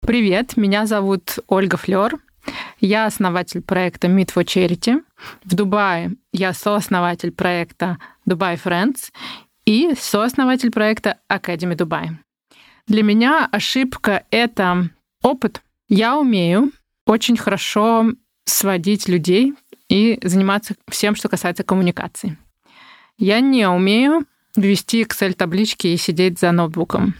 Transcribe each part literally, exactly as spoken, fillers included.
Привет, меня зовут Ольга Флёр. Я основатель проекта Meet for Charity. В Дубае я сооснователь проекта Dubai Friends и сооснователь проекта Academy Dubai. Для меня ошибка — это опыт. Я умею очень хорошо сводить людей и заниматься всем, что касается коммуникации. Я не умею вести Excel-таблички и сидеть за ноутбуком.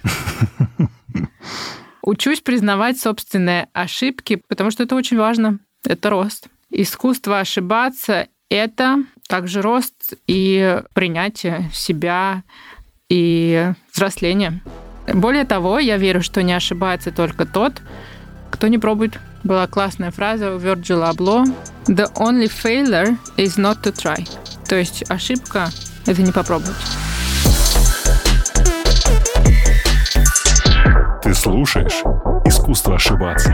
Учусь признавать собственные ошибки, потому что это очень важно. Это рост. Искусство ошибаться — это также рост и принятие себя, и взросление. Более того, я верю, что не ошибается только тот, кто не пробует. Была классная фраза у Вирджила Абло: «The only failure is not to try». То есть ошибка — это не попробовать. Ты слушаешь «Искусство ошибаться».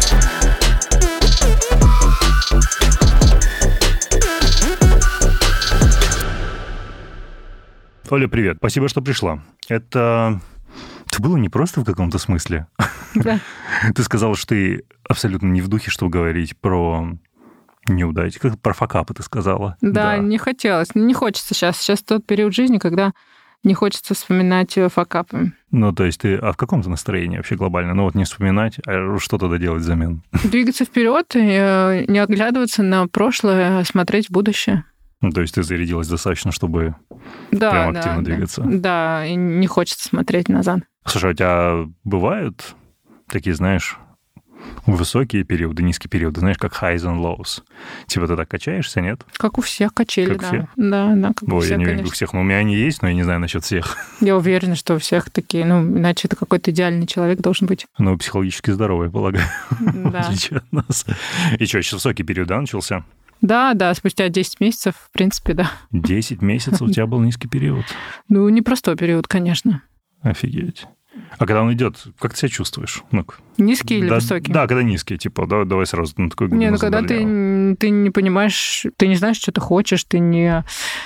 Оля, привет. Спасибо, что пришла. Это... Это было непросто в каком-то смысле. Да. Ты сказала, что ты абсолютно не в духе, чтобы говорить про неудачи. Как про факапы ты сказала. Да, да, не хотелось. Не хочется сейчас. Сейчас тот период жизни, когда не хочется вспоминать факапы. Ну, то есть ты а в каком-то настроении вообще глобально? Ну, вот не вспоминать, а что тогда делать взамен? Двигаться вперед и не оглядываться на прошлое, а смотреть в будущее. Ну, то есть ты зарядилась достаточно, чтобы да, прям да, активно да. двигаться? Да, и не хочется смотреть назад. Слушай, а у тебя бывают такие, знаешь, высокие периоды, низкие периоды, знаешь, как highs and lows? Типа ты так качаешься, нет? Как у всех качели, как да. Все? Да, да, как Ой, у всех, я не конечно. уверен, у всех, но у меня они есть, но я не знаю насчет всех. Я уверена, что у всех такие, ну, иначе это какой-то идеальный человек должен быть. Ну, психологически здоровый, полагаю, в Да. отличие от нас. И что, сейчас высокий период, да, начался? Да, да, спустя десять месяцев, в принципе, да. десять месяцев у тебя был низкий период? Ну, непростой период, конечно. Офигеть. А когда он идет, как ты себя чувствуешь? Ну-ка. Низкий или да, высокий? Да, когда низкий, типа, давай, давай сразу на такой Не, ну когда ты, ты не понимаешь, ты не знаешь, что ты хочешь, ты не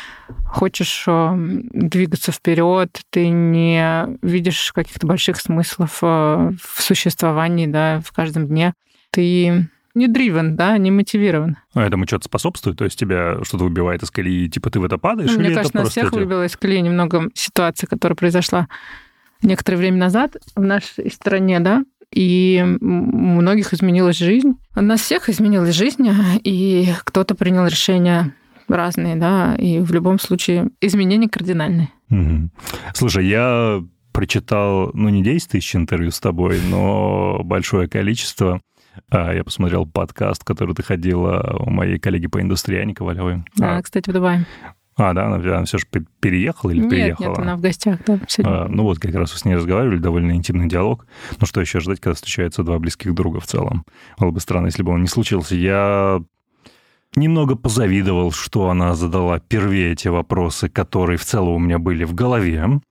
хочешь двигаться вперед, ты не видишь каких-то больших смыслов в существовании, да, в каждом дне. Ты не driven, да, не мотивирован. А этому что-то способствует? То есть тебя что-то выбивает из колеи, типа ты в это падаешь? Ну, или мне это кажется, нас просто всех тебя... выбило из колеи немного ситуация, которая произошла некоторое время назад в нашей стране, да, и у многих изменилась жизнь. У нас всех изменилась жизнь, и кто-то принял решения разные, да, и в любом случае изменения кардинальные. Угу. Слушай, я прочитал, ну, не десять тысяч интервью с тобой, но большое количество. Я посмотрел подкаст, который ты ходила у моей коллеги по индустрии Ани Ковалевой. Да, а, кстати, в Дубае. А, да, она, она все же переехала или нет, приехала? Нет, она в гостях, да, а, ну вот, как раз вы с ней разговаривали, довольно интимный диалог. Ну что еще ждать, когда встречаются два близких друга в целом? Было бы странно, если бы он не случился. Я немного позавидовал, что она задала первее те вопросы, которые в целом у меня были в голове.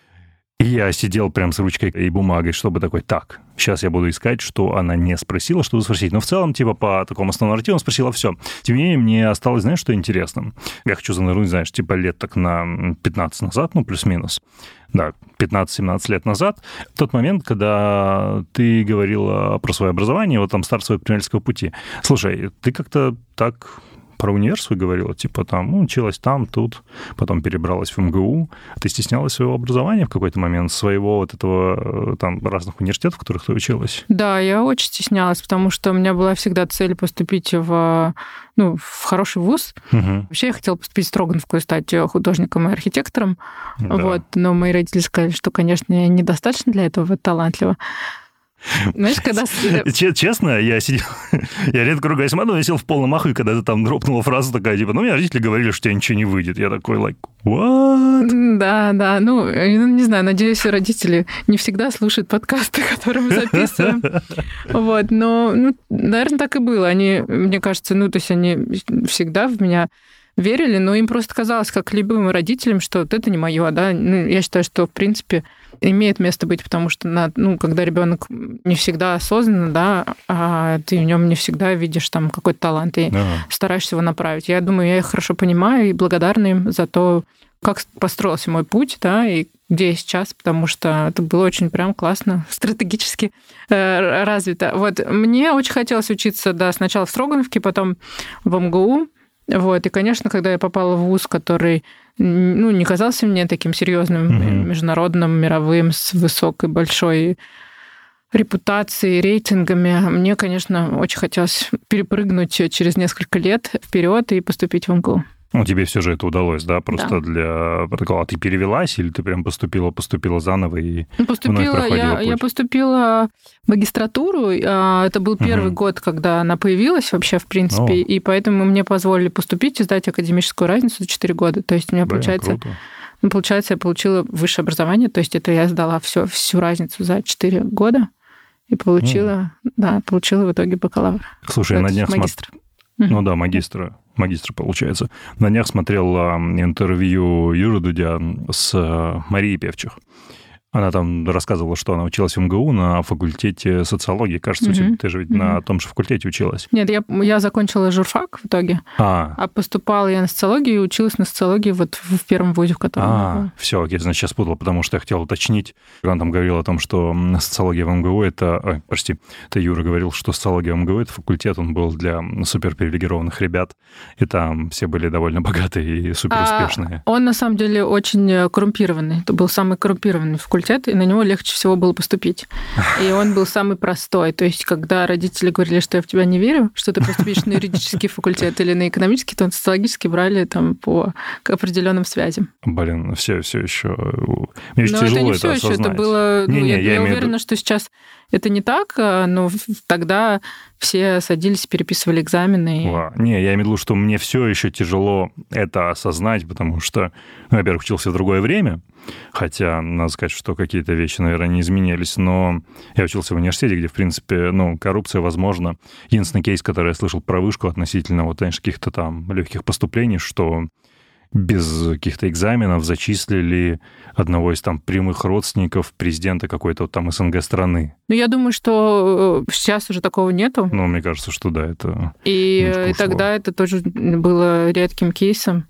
И я сидел прям с ручкой и бумагой, чтобы такой, так, сейчас я буду искать, что она не спросила, что спросить. Но в целом, типа, по такому основному нарративу он спросила все. Тем не менее, мне осталось, знаешь, что интересно? Я хочу занырнуть, знаешь, типа лет так на пятнадцать назад, ну, плюс-минус. Да, пятнадцать-семнадцать лет назад. В тот момент, когда ты говорила про свое образование, вот там старт своего предпринимательского пути. Слушай, ты как-то так... про универ свой говорила, типа там, ну, училась там, тут, потом перебралась в эм гэ у. Ты стеснялась своего образования в какой-то момент, своего вот этого, там, разных университетов, в которых ты училась? Да, я очень стеснялась, потому что у меня была всегда цель поступить в, ну, в хороший вуз. Угу. Вообще я хотела поступить в Строгановскую, стать художником и архитектором. Да. Вот, но мои родители сказали, что, конечно, я недостаточно для этого талантлива. Знаешь, когда... Честно, я сидел... Я редко ругаюсь матом, я сидел в полном ахуе, когда ты там дропнула фразу такая, типа, ну, у меня родители говорили, что у тебя ничего не выйдет. Я такой, like, what? Да, да, ну, не знаю, надеюсь, родители не всегда слушают подкасты, которые мы записываем. Вот, но, ну, наверное, так и было. Они, мне кажется, ну, то есть они всегда в меня верили, но им просто казалось, как любым родителям, что вот это не мое, да. Ну, я считаю, что, в принципе, имеет место быть, потому что, ну, когда ребенок не всегда осознанно, да, а ты в нем не всегда видишь там какой-то талант и Да. стараешься его направить. Я думаю, я их хорошо понимаю и благодарна им за то, как построился мой путь, да, и где я сейчас, потому что это было очень прям классно, стратегически э, развито. Вот, мне очень хотелось учиться, да, сначала в Строгановке, потом в эм гэ у. Вот, и, конечно, когда я попала в вуз, который, ну, не казался мне таким серьезным, mm-hmm. международным, мировым, с высокой, большой репутацией, рейтингами, мне, конечно, очень хотелось перепрыгнуть через несколько лет вперед и поступить в эм гэ у. Ну, тебе все же это удалось, да? Просто Да. для протокола. А ты перевелась или ты прям поступила, поступила заново и поступила, вновь проходила я, путь? Я поступила в магистратуру. Это был первый угу. год, когда она появилась вообще, в принципе, О. и поэтому мне позволили поступить и сдать академическую разницу за четыре года. То есть у меня, Блин, получается... Круто. Ну, получается, я получила высшее образование, то есть это я сдала всё, всю разницу за четыре года и получила, mm. да, получила в итоге бакалавр. Слушай, я на днях магистр. Смо... Ну да, магистра. Магистр, получается. На днях смотрел интервью Юры Дудя с Марией Певчих. Она там рассказывала, что она училась в эм гэ у на факультете социологии. Кажется, mm-hmm. ты же ведь mm-hmm. на том же факультете училась. Нет, я, я закончила журфак в итоге, а. а поступала я на социологию и училась на социологии вот в первом вузе, в котором а, я была. Все, я, значит, сейчас путала, потому что я хотел уточнить. Она там говорила о том, что социология в эм гэ у это... Ой, прости, это Юра говорил, что социология в эм гэ у это факультет, он был для суперпривилегированных ребят, и там все были довольно богатые и суперуспешные. А он, на самом деле, очень коррумпированный. Это был самый коррумпированный факультет, и на него легче всего было поступить. И он был самый простой. То есть, когда родители говорили, что я в тебя не верю, что ты поступишь на юридический факультет или на экономический, то социологически брали там по определенным связям. Блин, все, все еще... Мне очень но тяжело это не это все осознать. еще. Это было... Не, ну, не, я я я имею уверена, в... что сейчас это не так, но тогда все садились, переписывали экзамены. И... Не, я имею в виду, что мне все еще тяжело это осознать, потому что, ну, во-первых, учился в другое время, хотя, надо сказать, что какие-то вещи, наверное, не изменились, но я учился в университете, где, в принципе, ну, коррупция возможна. Единственный кейс, который я слышал про вышку относительно вот, конечно, каких-то там легких поступлений, что без каких-то экзаменов зачислили одного из там прямых родственников президента какой-то вот там эс эн гэ страны. Ну, я думаю, что сейчас уже такого нету. Ну, мне кажется, что да, это... И, и тогда это тоже было редким кейсом.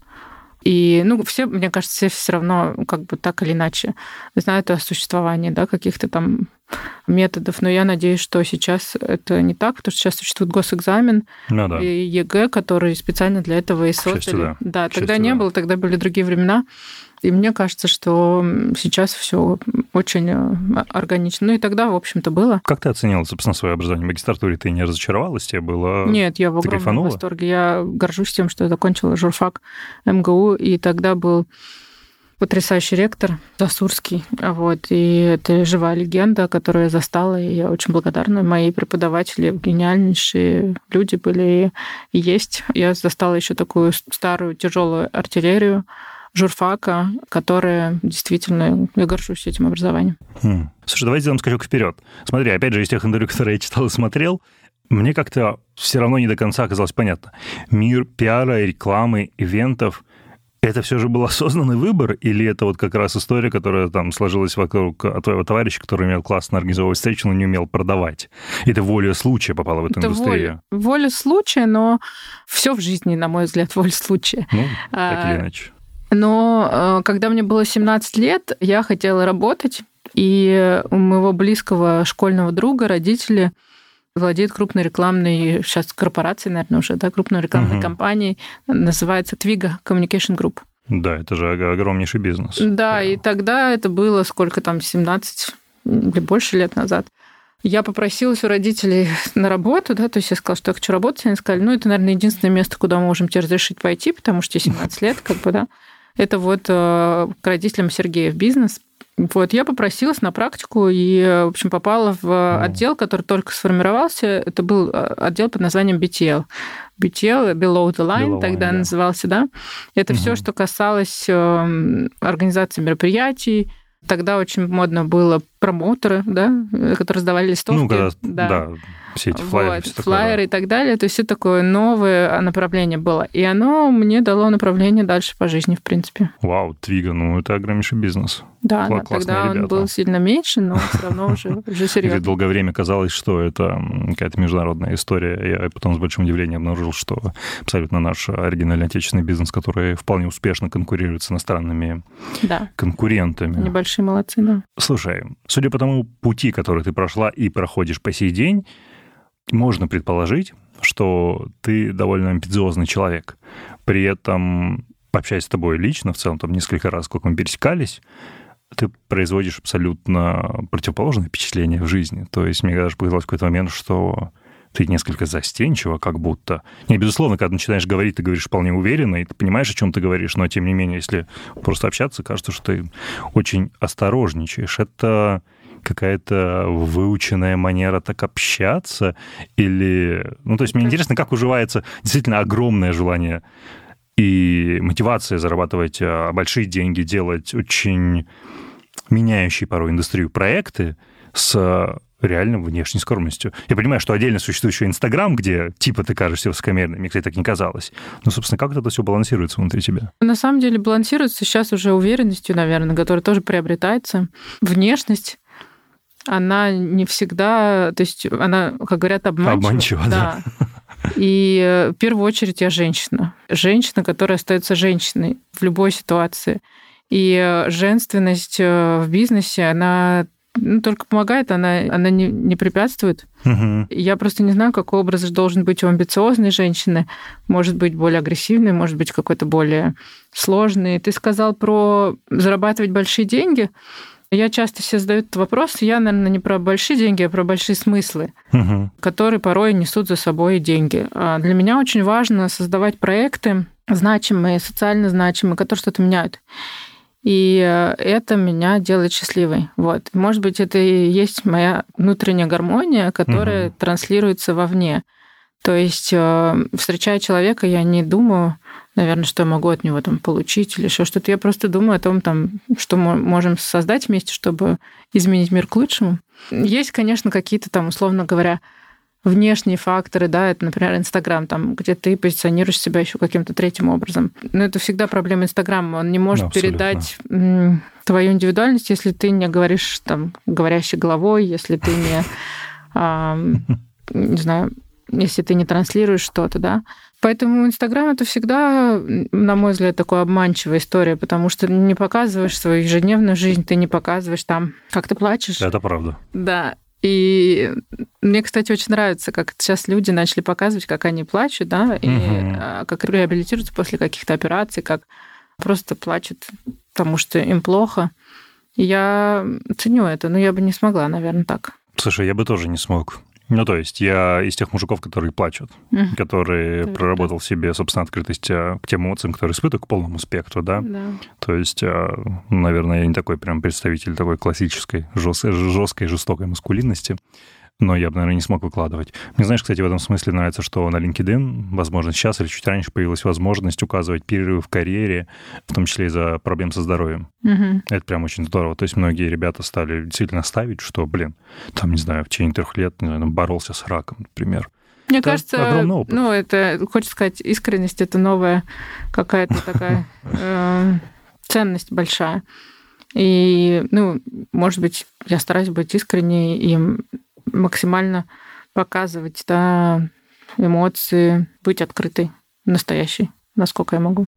И, ну, все, мне кажется, все все равно как бы так или иначе знают о существовании, да, каких-то там методов. Но я надеюсь, что сейчас это не так, потому что сейчас существует госэкзамен ну, да. и ЕГЭ, который специально для этого и создали. Счастью, да. Да, Счастью, тогда не да. было, тогда были другие времена. И мне кажется, что сейчас все очень органично. Ну и тогда, в общем-то, было. Как ты оценила, собственно, свое образование? В магистратуре ты не разочаровалась? Тебе было... Нет, я в огромном кайфанула? восторге. Я горжусь тем, что я закончила журфак эм гэ у, и тогда был потрясающий ректор Засурский. Вот, и это живая легенда, которую я застала, и я очень благодарна. Мои преподаватели гениальнейшие люди были и есть. Я застала еще такую старую тяжелую артиллерию журфака, которая действительно... Я горжусь этим образованием. Хм. Слушай, давай сделаем скачок вперед. Смотри, опять же, из тех интервью, которые я читал и смотрел, мне как-то все равно не до конца оказалось понятно. Мир пиара, рекламы, ивентов — это все же был осознанный выбор, или это вот как раз история, которая там сложилась вокруг твоего товарища, который умел классно организовывать встречи, но не умел продавать? И ты волей случая попала в эту это индустрию? Воля, воля случая, но все в жизни, на мой взгляд, воля случая. Ну, так или иначе. Но когда мне было семнадцать лет, я хотела работать, и у моего близкого школьного друга родители владеют крупной рекламной, сейчас корпорацией, наверное, уже, да, крупной рекламной uh-huh. компанией, называется Twiga Communication Group. Да, это же огромнейший бизнес. Да, yeah. И тогда это было сколько там, семнадцать или больше лет назад. Я попросилась у родителей на работу, да, то есть я сказала, что я хочу работать, они сказали, ну, это, наверное, единственное место, куда мы можем тебе разрешить пойти, потому что тебе семнадцать лет, как бы, да. Это вот к родителям Сергея в бизнес. Вот, я попросилась на практику и, в общем, попала в отдел, который только сформировался. Это был отдел под названием би ти эл. би ти эл, Below the Line, Below тогда line, назывался, да. Это угу. все, что касалось организации мероприятий. Тогда очень модно было промоутеры, да, которые сдавали листовки. Ну, когда, да. да, все эти флайеры. Вот, все флайеры такое, да. и так далее. То есть все такое новое направление было. И оно мне дало направление дальше по жизни, в принципе. Вау, Твига, ну это огромнейший бизнес. Да, Кла- да, классные тогда ребята. он был сильно меньше, но все равно уже, уже Или серьезно. долгое время казалось, что это какая-то международная история. Я потом с большим удивлением обнаружил, что абсолютно наш оригинальный отечественный бизнес, который вполне успешно конкурирует с иностранными Да. конкурентами. Небольшие молодцы, да. Слушай, судя по тому пути, который ты прошла и проходишь по сей день, можно предположить, что ты довольно амбициозный человек. При этом, общаясь с тобой лично, в целом, там несколько раз, как мы пересекались, ты производишь абсолютно противоположное впечатление в жизни. То есть мне даже показалось в какой-то момент, что ты несколько застенчива, как будто. Не, безусловно, когда начинаешь говорить, ты говоришь вполне уверенно, и ты понимаешь, о чем ты говоришь, но, тем не менее, если просто общаться, кажется, что ты очень осторожничаешь. Это какая-то выученная манера так общаться? Или... Ну, то есть мне интересно, как уживается действительно огромное желание и мотивация зарабатывать большие деньги, делать очень меняющие порой индустрию проекты с реально внешней скромностью. Я понимаю, что отдельно существует еще Инстаграм, где типа ты кажешься высокомерной. Мне, кстати, так не казалось. Но, собственно, как это все балансируется внутри тебя? На самом деле балансируется сейчас уже уверенностью, наверное, которая тоже приобретается. Внешность, она не всегда... То есть она, как говорят, обманчива. Обманчива, да. да. И в первую очередь я женщина. Женщина, которая остается женщиной в любой ситуации. И женственность в бизнесе, она ну, только помогает, она, она не, не препятствует. Угу. Я просто не знаю, какой образ должен быть у амбициозной женщины. Может быть, более агрессивный, может быть, какой-то более сложный. Ты сказал про зарабатывать большие деньги. Я часто себе задаю этот вопрос. Я, наверное, не про большие деньги, а про большие смыслы, угу. которые порой несут за собой деньги. Для меня очень важно создавать проекты значимые, социально значимые, которые что-то меняют. И это меня делает счастливой. Вот. Может быть, это и есть моя внутренняя гармония, которая угу. транслируется вовне. То есть, встречая человека, я не думаю, наверное, что я могу от него там получить или еще что-то. Я просто думаю о том, там, что мы можем создать вместе, чтобы изменить мир к лучшему. Есть, конечно, какие-то там, условно говоря, внешние факторы, да, это, например, Инстаграм, там, где ты позиционируешь себя еще каким-то третьим образом. Но это всегда проблема Инстаграма. Он не может да, передать твою индивидуальность, если ты не говоришь там говорящей головой, если ты не, а, не знаю, если ты не транслируешь что-то, да. Поэтому Инстаграм — это всегда, на мой взгляд, такая обманчивая история, потому что не показываешь свою ежедневную жизнь, ты не показываешь там, как ты плачешь. Это правда. Да. И мне, кстати, очень нравится, как сейчас люди начали показывать, как они плачут, да, и угу. как реабилитируются после каких-то операций, как просто плачут, потому что им плохо. И я ценю это, но я бы не смогла, наверное, так. Слушай, я бы тоже не смог. Ну, то есть я из тех мужиков, которые плачут, mm. которые Это проработал в себе, собственно, открытость к тем эмоциям, которые испытывают, к полному спектру, да? Да. То есть, наверное, я не такой прям представитель такой классической, жесткой, жестокой маскулинности, но я бы, наверное, не смог выкладывать. Мне, знаешь, кстати, в этом смысле нравится, что на LinkedIn, возможно, сейчас или чуть раньше появилась возможность указывать перерывы в карьере, в том числе из-за проблем со здоровьем. Угу. Это прям очень здорово. То есть многие ребята стали действительно ставить, что, блин, там, не знаю, в течение трех лет, не знаю, боролся с раком, например. Мне это кажется, ну, это, хочется сказать, искренность — это новая какая-то такая ценность большая. И, ну, может быть, я стараюсь быть искренней и максимально показывать, да, эмоции, быть открытой, настоящей, насколько я могу.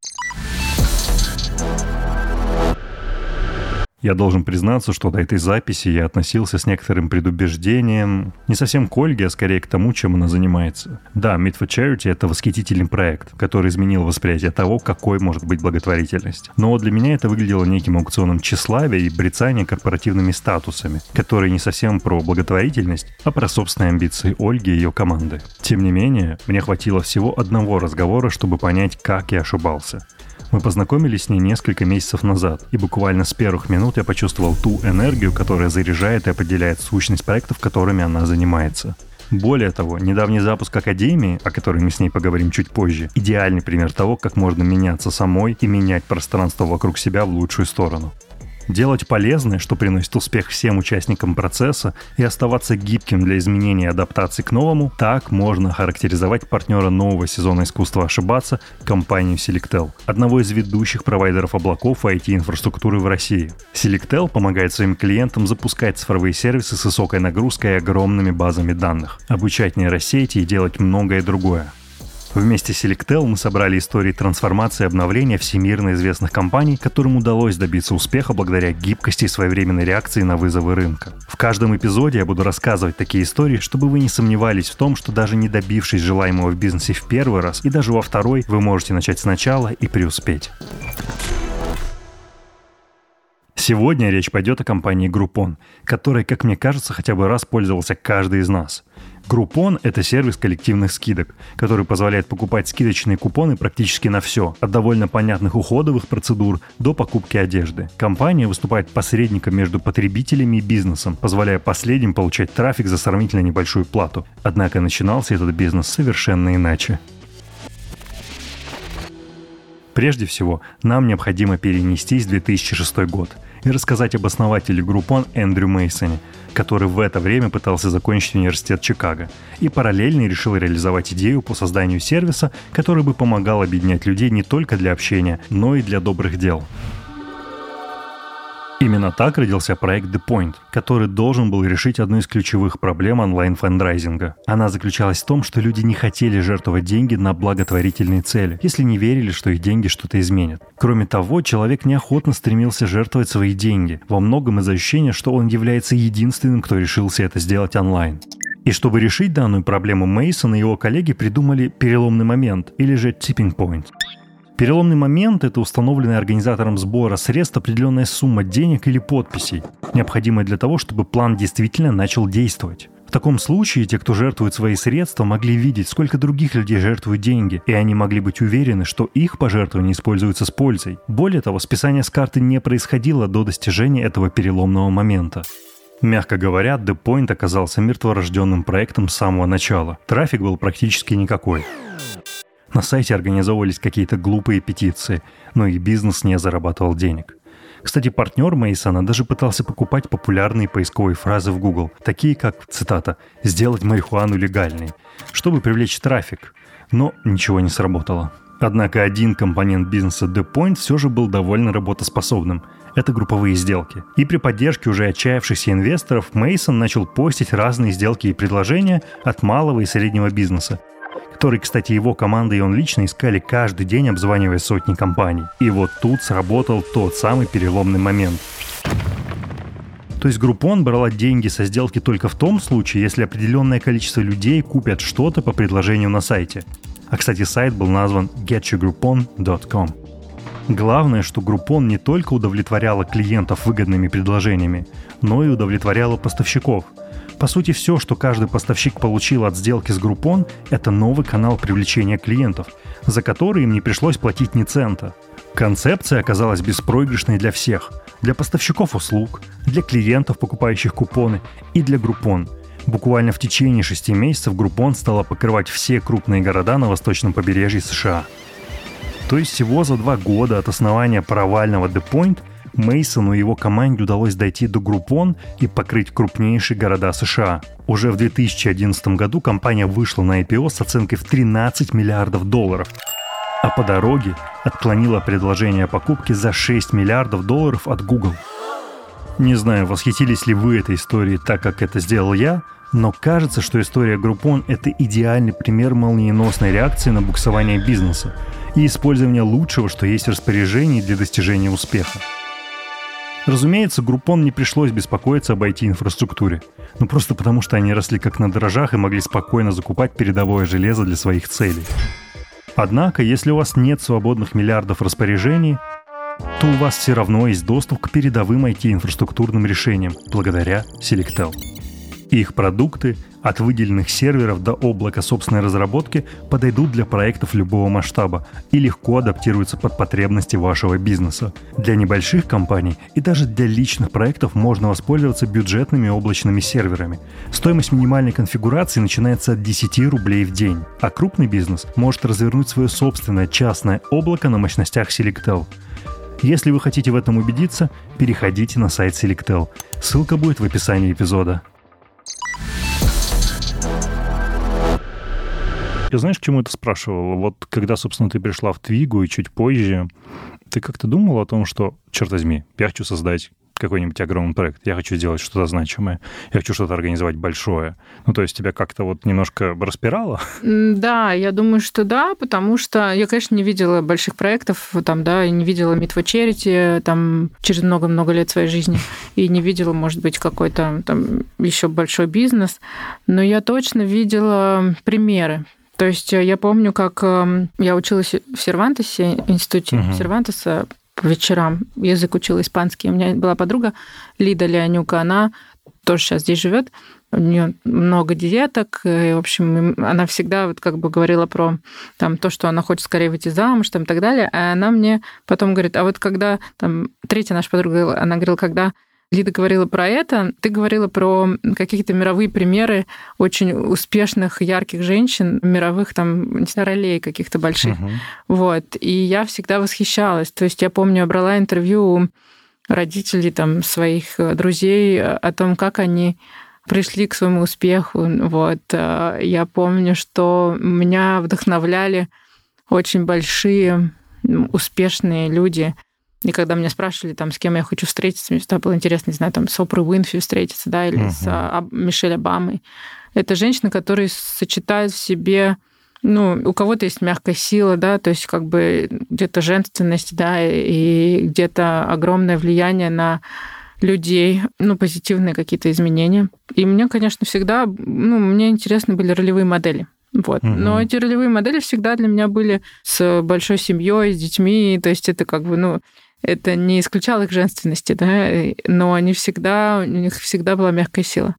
Я должен признаться, что до этой записи я относился с некоторым предубеждением не совсем к Ольге, а скорее к тому, чем она занимается. Да, Meet for Charity — это восхитительный проект, который изменил восприятие того, какой может быть благотворительность. Но для меня это выглядело неким аукционом тщеславия и брецания корпоративными статусами, которые не совсем про благотворительность, а про собственные амбиции Ольги и ее команды. Тем не менее, мне хватило всего одного разговора, чтобы понять, как я ошибался. Мы познакомились с ней несколько месяцев назад, и буквально с первых минут я почувствовал ту энергию, которая заряжает и определяет сущность проектов, которыми она занимается. Более того, недавний запуск Академии, о которой мы с ней поговорим чуть позже, идеальный пример того, как можно меняться самой и менять пространство вокруг себя в лучшую сторону. Делать полезное, что приносит успех всем участникам процесса, и оставаться гибким для изменений и адаптации к новому – так можно характеризовать партнера нового сезона «Искусства ошибаться» компанию Selectel, одного из ведущих провайдеров облаков и ай ти-инфраструктуры в России. Selectel помогает своим клиентам запускать цифровые сервисы с высокой нагрузкой и огромными базами данных, обучать нейросети и делать многое другое. Вместе с Selectel мы собрали истории трансформации и обновления всемирно известных компаний, которым удалось добиться успеха благодаря гибкости и своевременной реакции на вызовы рынка. В каждом эпизоде я буду рассказывать такие истории, чтобы вы не сомневались в том, что даже не добившись желаемого в бизнесе в первый раз и даже во второй, вы можете начать сначала и преуспеть. Сегодня речь пойдет о компании Groupon, которой, как мне кажется, хотя бы раз пользовался каждый из нас. Groupon – это сервис коллективных скидок, который позволяет покупать скидочные купоны практически на все, от довольно понятных уходовых процедур до покупки одежды. Компания выступает посредником между потребителями и бизнесом, позволяя последним получать трафик за сравнительно небольшую плату. Однако начинался этот бизнес совершенно иначе. Прежде всего, нам необходимо перенестись в две тысячи шестой год и рассказать об основателе Groupon Эндрю Мейсоне, который в это время пытался закончить университет Чикаго и параллельно решил реализовать идею по созданию сервиса, который бы помогал объединять людей не только для общения, но и для добрых дел. Именно так родился проект The Point, который должен был решить одну из ключевых проблем онлайн-фандрайзинга. Она заключалась в том, что люди не хотели жертвовать деньги на благотворительные цели, если не верили, что их деньги что-то изменят. Кроме того, человек неохотно стремился жертвовать свои деньги, во многом из-за ощущения, что он является единственным, кто решился это сделать онлайн. И чтобы решить данную проблему, Мейсон и его коллеги придумали переломный момент, или же tipping point. Переломный момент – это установленная организатором сбора средств определенная сумма денег или подписей, необходимая для того, чтобы план действительно начал действовать. В таком случае те, кто жертвует свои средства, могли видеть, сколько других людей жертвуют деньги, и они могли быть уверены, что их пожертвования используются с пользой. Более того, списание с карты не происходило до достижения этого переломного момента. Мягко говоря, The Point оказался мертворожденным проектом с самого начала. Трафик был практически никакой. На сайте организовывались какие-то глупые петиции, но и бизнес не зарабатывал денег. Кстати, партнер Мейсона даже пытался покупать популярные поисковые фразы в Google, такие как, цитата, «сделать марихуану легальной», чтобы привлечь трафик, но ничего не сработало. Однако один компонент бизнеса The Point все же был довольно работоспособным. Это групповые сделки. И при поддержке уже отчаявшихся инвесторов Мейсон начал постить разные сделки и предложения от малого и среднего бизнеса, который, кстати, его команда и он лично искали каждый день, обзванивая сотни компаний. И вот тут сработал тот самый переломный момент. То есть Groupon брала деньги со сделки только в том случае, если определенное количество людей купят что-то по предложению на сайте. А, кстати, сайт был назван get you groupon dot com. Главное, что Groupon не только удовлетворяла клиентов выгодными предложениями, но и удовлетворяла поставщиков. По сути, все, что каждый поставщик получил от сделки с Groupon, это новый канал привлечения клиентов, за который им не пришлось платить ни цента. Концепция оказалась беспроигрышной для всех. Для поставщиков услуг, для клиентов, покупающих купоны, и для Groupon. Буквально в течение шести месяцев Groupon стала покрывать все крупные города на восточном побережье США. То есть всего за два года от основания провального The Point Мейсону и его команде удалось дойти до Groupon и покрыть крупнейшие города США. Уже в две тысячи одиннадцатом году компания вышла на ай пи о с оценкой в тринадцать миллиардов долларов, а по дороге отклонила предложение о покупке за шесть миллиардов долларов от Google. Не знаю, восхитились ли вы этой историей так, как это сделал я, но кажется, что история Groupon – это идеальный пример молниеносной реакции на буксование бизнеса и использование лучшего, что есть в распоряжении для достижения успеха. Разумеется, Groupon не пришлось беспокоиться об ай ти-инфраструктуре. Ну просто потому, что они росли как на дрожжах и могли спокойно закупать передовое железо для своих целей. Однако, если у вас нет свободных миллиардов распоряжений, то у вас все равно есть доступ к передовым ай ти-инфраструктурным решениям, благодаря Selectel. Их продукты, от выделенных серверов до облака собственной разработки, подойдут для проектов любого масштаба и легко адаптируются под потребности вашего бизнеса. Для небольших компаний и даже для личных проектов можно воспользоваться бюджетными облачными серверами. Стоимость минимальной конфигурации начинается от десяти рублей в день, а крупный бизнес может развернуть свое собственное частное облако на мощностях Selectel. Если вы хотите в этом убедиться, переходите на сайт Selectel. Ссылка будет в описании эпизода. Я знаешь, к чему это спрашивал? Вот когда, собственно, ты пришла в Твигу и чуть позже, ты как-то думала о том, что, черт возьми, я хочу создать какой-нибудь огромный проект, я хочу сделать что-то значимое, я хочу что-то организовать большое. Ну, то есть тебя как-то вот немножко распирало? Да, я думаю, что да, потому что я, конечно, не видела больших проектов, там, да, и не видела Meet for Charity там через много-много лет своей жизни, и не видела, может быть, какой-то там еще большой бизнес, но я точно видела примеры. То есть я помню, как я училась в Сервантесе, институте uh-huh. Сервантеса, по вечерам язык учила испанский. У меня была подруга Лида Леонюка, она тоже сейчас здесь живет. У нее много деток, и, в общем, она всегда вот как бы говорила про там, то, что она хочет скорее выйти замуж, там, и так далее. А она мне потом говорит, а вот когда, там, третья наша подруга, она говорила, когда Лида говорила про это, ты говорила про какие-то мировые примеры очень успешных, ярких женщин, мировых там, не знаю, ролей каких-то больших. Uh-huh. Вот. И я всегда восхищалась. То есть я помню, я брала интервью у родителей там, своих друзей о том, как они пришли к своему успеху. Вот. Я помню, что меня вдохновляли очень большие, успешные люди. И когда меня спрашивали, там, с кем я хочу встретиться, мне всегда было интересно, не знаю, там, с Опрой Уинфри встретиться, да, или uh-huh. с а, Мишель Обамой. Это женщины, которые сочетают в себе, ну, у кого-то есть мягкая сила, да, то есть как бы где-то женственность, да, и где-то огромное влияние на людей, ну, позитивные какие-то изменения. И мне, конечно, всегда, ну, мне интересны были ролевые модели. Вот. Uh-huh. Но эти ролевые модели всегда для меня были с большой семьей, с детьми, то есть это как бы, ну, это не исключало их женственности, да, но они всегда, у них всегда была мягкая сила.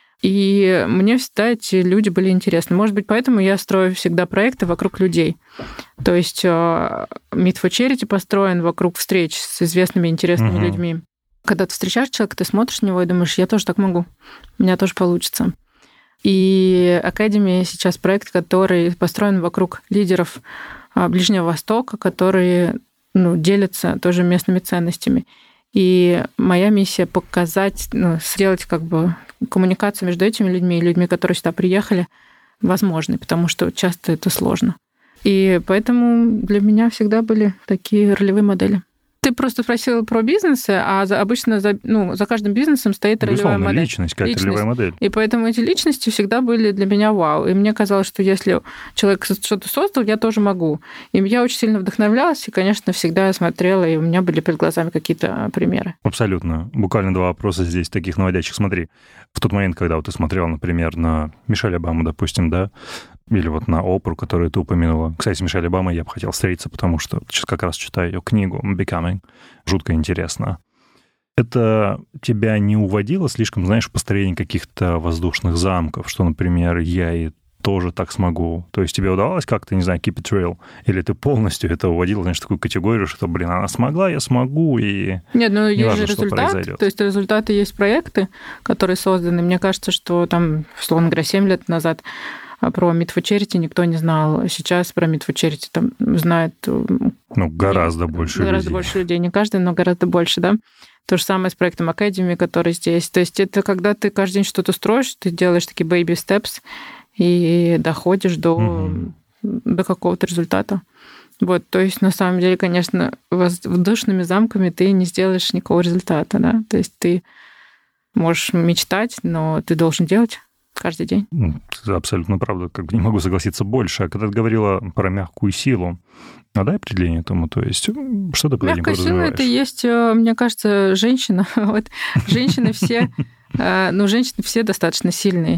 И мне всегда эти люди были интересны. Может быть, поэтому я строю всегда проекты вокруг людей. То есть Meet for Charity построен вокруг встреч с известными, интересными uh-huh. людьми. Когда ты встречаешь человека, ты смотришь на него и думаешь, я тоже так могу, у меня тоже получится. И Academy сейчас проект, который построен вокруг лидеров Ближнего Востока, которые, ну, делятся тоже местными ценностями. И моя миссия показать, ну, сделать как бы коммуникацию между этими людьми и людьми, которые сюда приехали, возможной, потому что часто это сложно. И поэтому для меня всегда были такие ролевые модели. Ты просто спросила про бизнесы, а за, обычно за, ну, за каждым бизнесом стоит ролевая модель. Личность, как ролевая модель. И поэтому эти личности всегда были для меня вау. И мне казалось, что если человек что-то создал, я тоже могу. И я очень сильно вдохновлялась, и, конечно, всегда смотрела, и у меня были перед глазами какие-то примеры. Абсолютно. Буквально два вопроса здесь таких наводящих. Смотри, в тот момент, когда вот ты смотрела, например, на Мишель Обаму, допустим, да, или вот на Опру, которую ты упомянула. Кстати, с Мишель Обамой я бы хотел встретиться, потому что сейчас как раз читаю ее книгу «Becoming». Жутко интересно. Это тебя не уводило слишком, знаешь, в построение каких-то воздушных замков, что, например, я и тоже так смогу? То есть тебе удавалось как-то, не знаю, keep it real? Или ты полностью это уводила, знаешь, в такую категорию, что, блин, она смогла, я смогу, и нет, ну, не есть важно, же что результат, произойдет. То есть результаты есть проекты, которые созданы. Мне кажется, что там, условно говоря, семь лет назад про Meet for Charity никто не знал. Сейчас про Meet for Charity там знает... Ну, гораздо не, больше гораздо людей. Гораздо больше людей. Не каждый, но гораздо больше, да. То же самое с проектом Academy, который здесь. То есть это когда ты каждый день что-то строишь, ты делаешь такие baby steps и доходишь до, угу. до какого-то результата. Вот, то есть, на самом деле, конечно, воздушными замками ты не сделаешь никакого результата, да. То есть ты можешь мечтать, но ты должен делать каждый день. Абсолютно правда. Как бы не могу согласиться больше. А когда ты говорила про мягкую силу, а дай определение этому, то есть что ты под этим подразумеваешь? Мягкая сила — это есть, мне кажется, женщина. Вот женщины все, ну, женщины все достаточно сильные.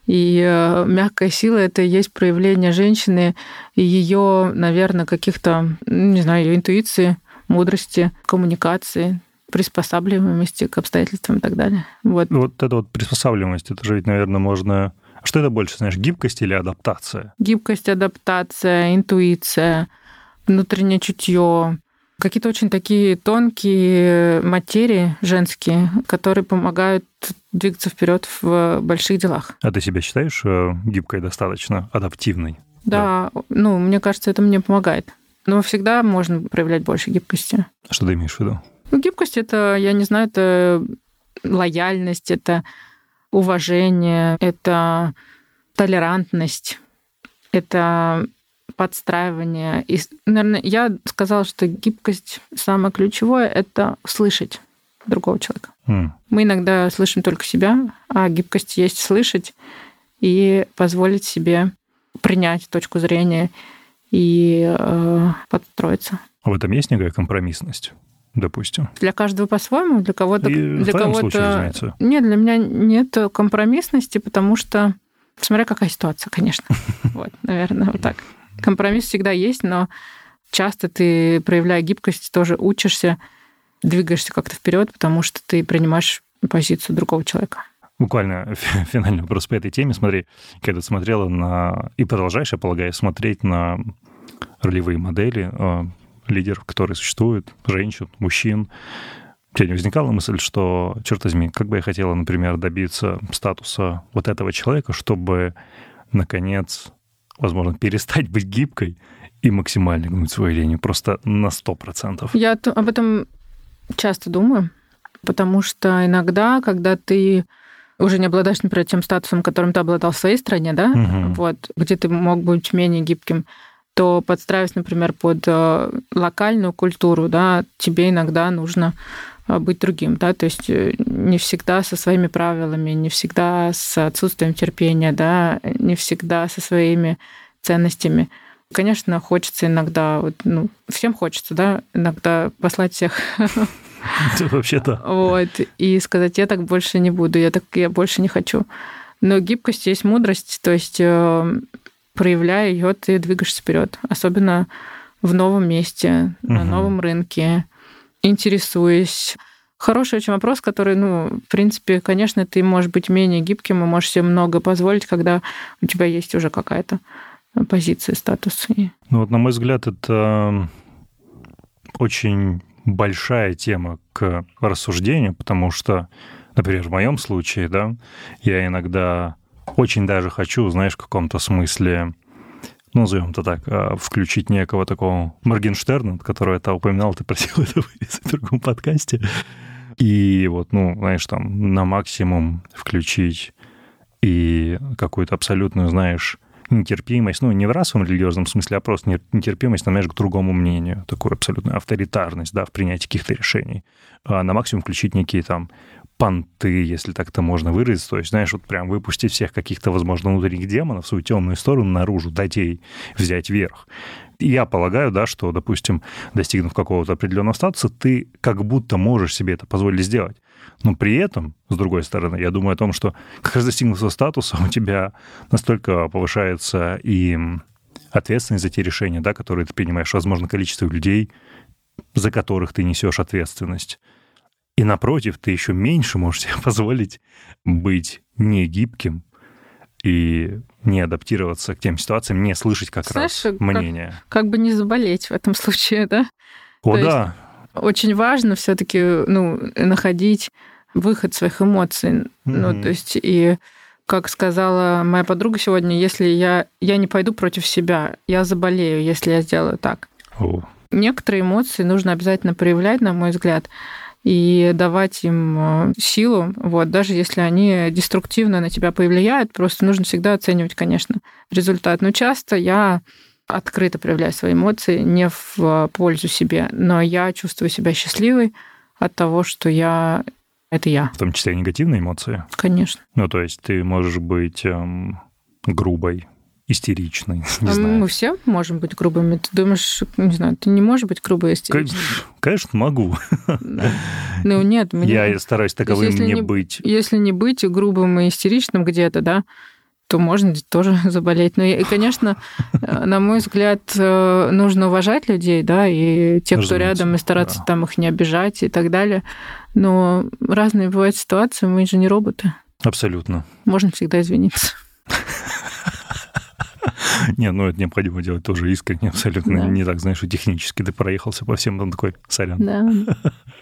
И мягкая сила — это и есть проявление женщины и ее, наверное, каких-то, не знаю, ее интуиции, мудрости, коммуникации, приспосабливаемости к обстоятельствам и так далее. Вот. Вот эта вот приспосабливаемость, это же ведь, наверное, можно... Что это больше, знаешь, гибкость или адаптация? Гибкость, адаптация, интуиция, внутреннее чутье, какие-то очень такие тонкие материи женские, которые помогают двигаться вперед в больших делах. А ты себя считаешь гибкой достаточно, адаптивной? Да, да. Ну, мне кажется, это мне помогает. Но всегда можно проявлять больше гибкости. Что ты имеешь в виду? Ну, гибкость — это, я не знаю, это лояльность, это уважение, это толерантность, это подстраивание. И, наверное, я сказала, что гибкость самое ключевое — это слышать другого человека. Mm. Мы иногда слышим только себя, а гибкость есть слышать и позволить себе принять точку зрения и э, подстроиться. А в этом есть некая компромиссность, допустим? Для каждого по-своему, для кого-то... И для в твоем кого-то... случае, разумеется. Нет, для меня нет компромиссности, потому что, смотря какая ситуация, конечно. Вот, наверное, вот так. Компромисс всегда есть, но часто ты, проявляя гибкость, тоже учишься, двигаешься как-то вперед, потому что ты принимаешь позицию другого человека. Буквально финальный вопрос по этой теме. Смотри, когда ты смотрела на... И продолжаешь, я полагаю, смотреть на ролевые модели э, лидеров, которые существуют, женщин, мужчин, у тебя не возникала мысль, что, черт возьми, как бы я хотела, например, добиться статуса вот этого человека, чтобы, наконец, возможно, перестать быть гибкой и максимально гнуть свою линию, просто на сто процентов? Я об этом часто думаю, потому что иногда, когда ты уже не обладаешь, например, тем статусом, которым ты обладал в своей стране, да, угу. вот, где ты мог быть менее гибким, то подстраиваясь, например, под локальную культуру, да, тебе иногда нужно быть другим, да, то есть не всегда со своими правилами, не всегда с отсутствием терпения, да, не всегда со своими ценностями. Конечно, хочется иногда, вот, ну, всем хочется, да, иногда послать всех вообще-то. Вот, и сказать, я так больше не буду, я так я больше не хочу. Но гибкость есть мудрость, то есть проявляя ее, ты двигаешься вперед, особенно в новом месте, угу. на новом рынке, интересуясь. Хороший очень вопрос, который, ну, в принципе, конечно, ты можешь быть менее гибким и можешь себе много позволить, когда у тебя есть уже какая-то позиция, статус. Ну вот, на мой взгляд, это очень большая тема к рассуждению, потому что, например, в моем случае, да, я иногда очень даже хочу, знаешь, в каком-то смысле, ну, назовем это так, включить некого такого Моргенштерна, которого я упоминал, ты просил это вырезать в другом подкасте, и вот, ну, знаешь, там на максимум включить и какую-то абсолютную, знаешь, нетерпимость, ну, не в расовом религиозном смысле, а просто нетерпимость, знаешь, к другому мнению, такую абсолютную авторитарность, да, в принятии каких-то решений. А на максимум включить некие там понты, если так-то можно выразить, то есть, знаешь, вот прям выпустить всех каких-то, возможно, внутренних демонов в свою темную сторону наружу, дать ей взять верх. И я полагаю, да, что, допустим, достигнув какого-то определенного статуса, ты как будто можешь себе это позволить сделать. Но при этом, с другой стороны, я думаю о том, что как раз достигнув своего статуса, у тебя настолько повышается и ответственность за те решения, да, которые ты принимаешь, возможно, количество людей, за которых ты несешь ответственность. И напротив, ты еще меньше можешь себе позволить быть негибким и не адаптироваться к тем ситуациям, не слышать как Знаешь, раз мнение. Как, как бы не заболеть в этом случае, да? О, То да. Очень важно все-таки, ну, находить выход своих эмоций. Mm-hmm. Ну, то есть, и как сказала моя подруга сегодня, если я, я не пойду против себя, я заболею, если я сделаю так. Oh. Некоторые эмоции нужно обязательно проявлять, на мой взгляд, и давать им силу, вот, даже если они деструктивно на тебя повлияют, просто нужно всегда оценивать, конечно, результат. Но часто я открыто проявляю свои эмоции, не в пользу себе, но я чувствую себя счастливой от того, что я — это я. В том числе и негативные эмоции? Конечно. Ну, то есть ты можешь быть эм, грубой, истеричной, не знаю. Мы все можем быть грубыми. Ты думаешь, не знаю, ты не можешь быть грубой и истеричной? Конечно, могу. Да. Ну, нет. Мне... Я стараюсь таковым не, не быть. Если не быть грубым и истеричным где-то, да, то можно тоже заболеть. Но, и, конечно, на мой взгляд, нужно уважать людей, да, и тех, кто рядом, и стараться да. там их не обижать и так далее. Но разные бывают ситуации, мы же не роботы. Абсолютно. Можно всегда извиниться. Нет, ну это необходимо делать тоже искренне, абсолютно. Да. Не так, знаешь, что технически ты проехался по всем, там такой, сорян. Да.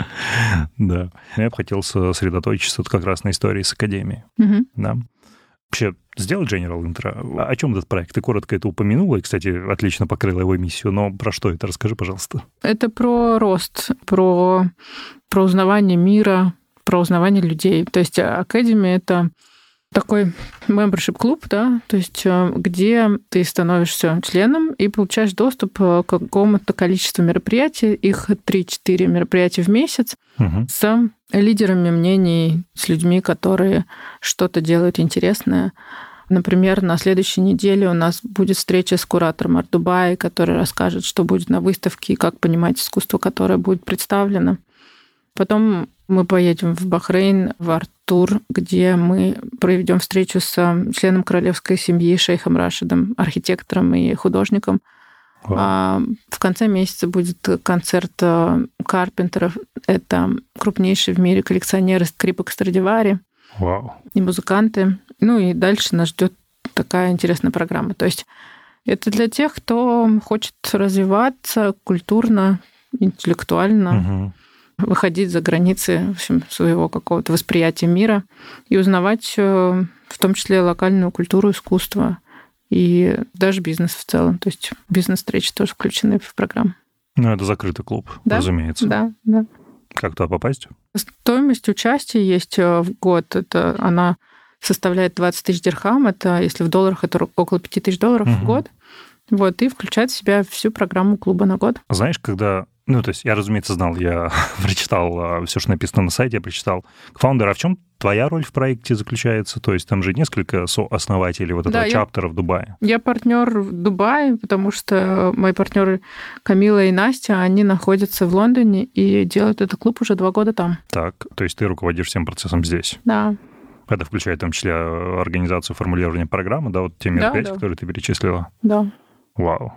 Да. Я бы хотел сосредоточиться как раз на истории с академией. Угу. Да. Вообще, сделай General Intro. О чем этот проект? Ты коротко это упомянула, и, кстати, отлично покрыла его миссию, но про что это? Расскажи, пожалуйста. Это про рост, про, про узнавание мира, про узнавание людей. То есть Academy — это такой membership-клуб, да, то есть где ты становишься членом и получаешь доступ к какому-то количеству мероприятий, их три-четыре мероприятия в месяц, угу. с лидерами мнений, с людьми, которые что-то делают интересное. Например, на следующей неделе у нас будет встреча с куратором Арт-Дубая, который расскажет, что будет на выставке и как понимать искусство, которое будет представлено. Потом мы поедем в Бахрейн, в арт-тур, где мы проведем встречу с членом королевской семьи шейхом Рашидом, архитектором и художником. Wow. А в конце месяца будет концерт Карпентеров. Это крупнейшие в мире коллекционеры скрипок Страдивари wow. и музыканты. Ну и дальше нас ждет такая интересная программа. То есть это для тех, кто хочет развиваться культурно, интеллектуально, uh-huh. выходить за границы, в общем, своего какого-то восприятия мира и узнавать в том числе локальную культуру, искусство и даже бизнес в целом. То есть бизнес-встречи тоже включены в программу. Ну, это закрытый клуб, да? Разумеется. Да, да. Как туда попасть? Стоимость участия есть в год. Это она составляет двадцать тысяч дирхам. Это, если в долларах, это около пять тысяч долларов угу. в год. Вот, и включает в себя всю программу клуба на год. Знаешь, когда... Ну, то есть я, разумеется, знал, я прочитал все, что написано на сайте, я прочитал. Фаундер, а в чем твоя роль в проекте заключается? То есть там же несколько сооснователей вот этого да, чаптера я, в Дубае. Я партнер в Дубае, потому что мои партнеры Камила и Настя, они находятся в Лондоне и делают этот клуб уже два года там. Так, то есть ты руководишь всем процессом здесь? Да. Это включает в том числе организацию формулирования программы, да, вот те мероприятия, да, да. которые ты перечислила? Да. Вау.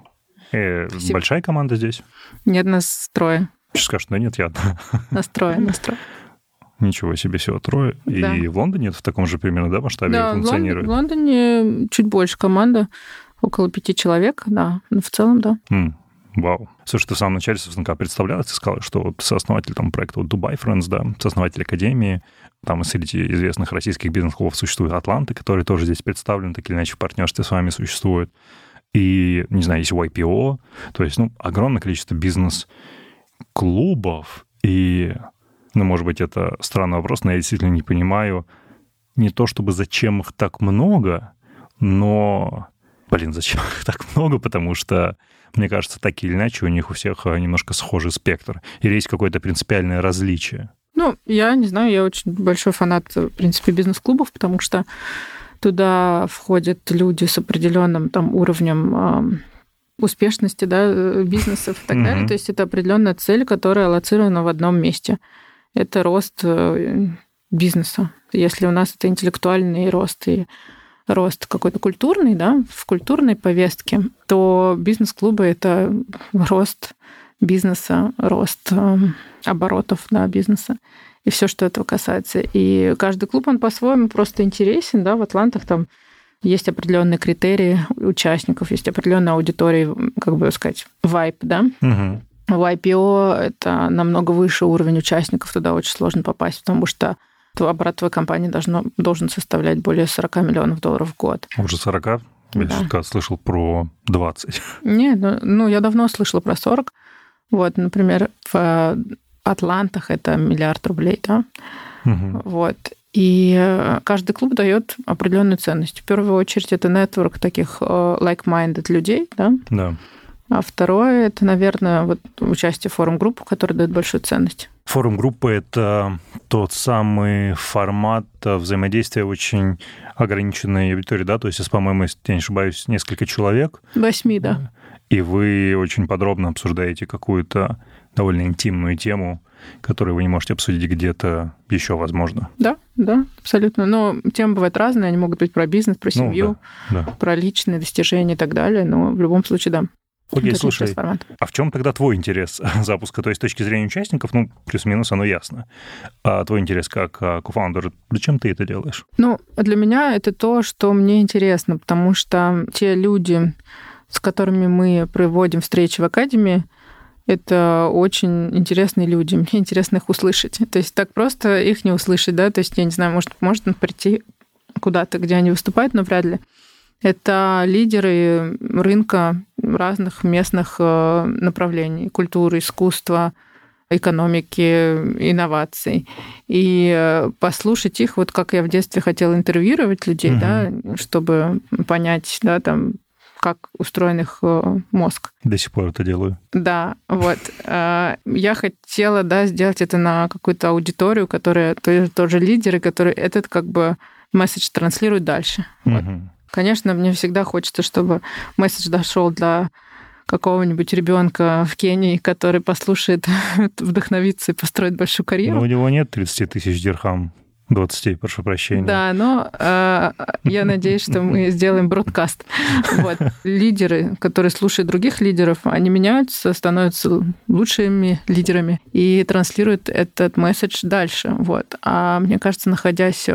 И большая команда здесь? Нет, нас трое. Сейчас скажешь, да нет, я одна. Нас трое, нас трое. Ничего себе, всего трое. Да. И в Лондоне в таком же примерно, да, масштабе да, функционирует? В Лондоне чуть больше команда, около пяти человек, да, но в целом, да. Mm. Вау. Слушай, ты в самом начале, собственно, когда представлялась, ты сказала, что вот сооснователь там проекта вот Dubai Friends, да, сооснователь Академии, там среди известных российских бизнес-клубов существует Атланты, которые тоже здесь представлены, так или иначе в партнерстве с вами существуют. И, не знаю, есть уай пи о, то есть, ну, огромное количество бизнес-клубов. И, ну, может быть, это странный вопрос, но я действительно не понимаю, не то чтобы зачем их так много, но, блин, зачем их так много, потому что, мне кажется, так или иначе у них у всех немножко схожий спектр. Или есть какое-то принципиальное различие? Ну, я не знаю, я очень большой фанат, в принципе, бизнес-клубов, потому что туда входят люди с определенным там уровнем э, успешности, да, бизнесов и так mm-hmm. далее. То есть это определенная цель, которая аллоцирована в одном месте. Это рост э, бизнеса. Если у нас это интеллектуальный рост и рост какой-то культурный, да, в культурной повестке, то бизнес-клубы — это рост бизнеса, рост э, оборотов, да, бизнеса. И все, что этого касается. И каждый клуб, он по-своему просто интересен, да, в Атлантах там есть определенные критерии участников, есть определенная аудитория, как бы сказать, вайб, да. Угу. В ай пи о это намного выше уровень участников, туда очень сложно попасть, потому что оборот твоей компании должно, должен составлять более сорок миллионов долларов в год. Уже сорок? Я да. чутка слышал про двадцать. Нет, ну, ну, я давно слышала про сорок. Вот, например, в Атлантах это миллиард рублей, да. Угу. Вот. И каждый клуб дает определенную ценность. В первую очередь это нетворк таких like-minded людей, да. Да. А второе это, наверное, вот участие в форум-группах, который дает большую ценность. Форум-группа — это тот самый формат взаимодействия очень ограниченной аудитории, да? То есть, если, по-моему, если я не ошибаюсь, несколько человек. Восьми, да. И вы очень подробно обсуждаете какую-то довольно интимную тему, которую вы не можете обсудить где-то еще, возможно. Да, да, абсолютно. Но темы бывают разные, они могут быть про бизнес, про семью, ну, да, да. про личные достижения и так далее, но в любом случае, да. Окей, okay, слушай, а в чем тогда твой интерес запуска? То есть с точки зрения участников, ну, плюс-минус оно ясно. А твой интерес как кофаундер, зачем ты это делаешь? Ну, для меня это то, что мне интересно, потому что те люди, с которыми мы проводим встречи в Академии, это очень интересные люди. Мне интересно их услышать. То есть так просто их не услышать, да? То есть, я не знаю, может, может он прийти куда-то, где они выступают, но вряд ли. Это лидеры рынка разных местных направлений: культуры, искусства, экономики, инноваций. И послушать их, вот как я в детстве хотела интервьюировать людей, угу. да, чтобы понять, да, там, как устроен их мозг. До сих пор это делаю. Да, вот. Я хотела, да, сделать это на какую-то аудиторию, которая тоже, тоже лидеры, которые этот как бы месседж транслируют дальше. Угу. Вот. Конечно, мне всегда хочется, чтобы месседж дошел для какого-нибудь ребенка в Кении, который послушает, вдохновится и построит большую карьеру. Но у него нет тридцать тысяч дирхам. двадцать, прошу прощения. Да, но э, я надеюсь, что мы сделаем бродкаст. Вот. Лидеры, которые слушают других лидеров, они меняются, становятся лучшими лидерами и транслируют этот месседж дальше. Вот. А мне кажется, находясь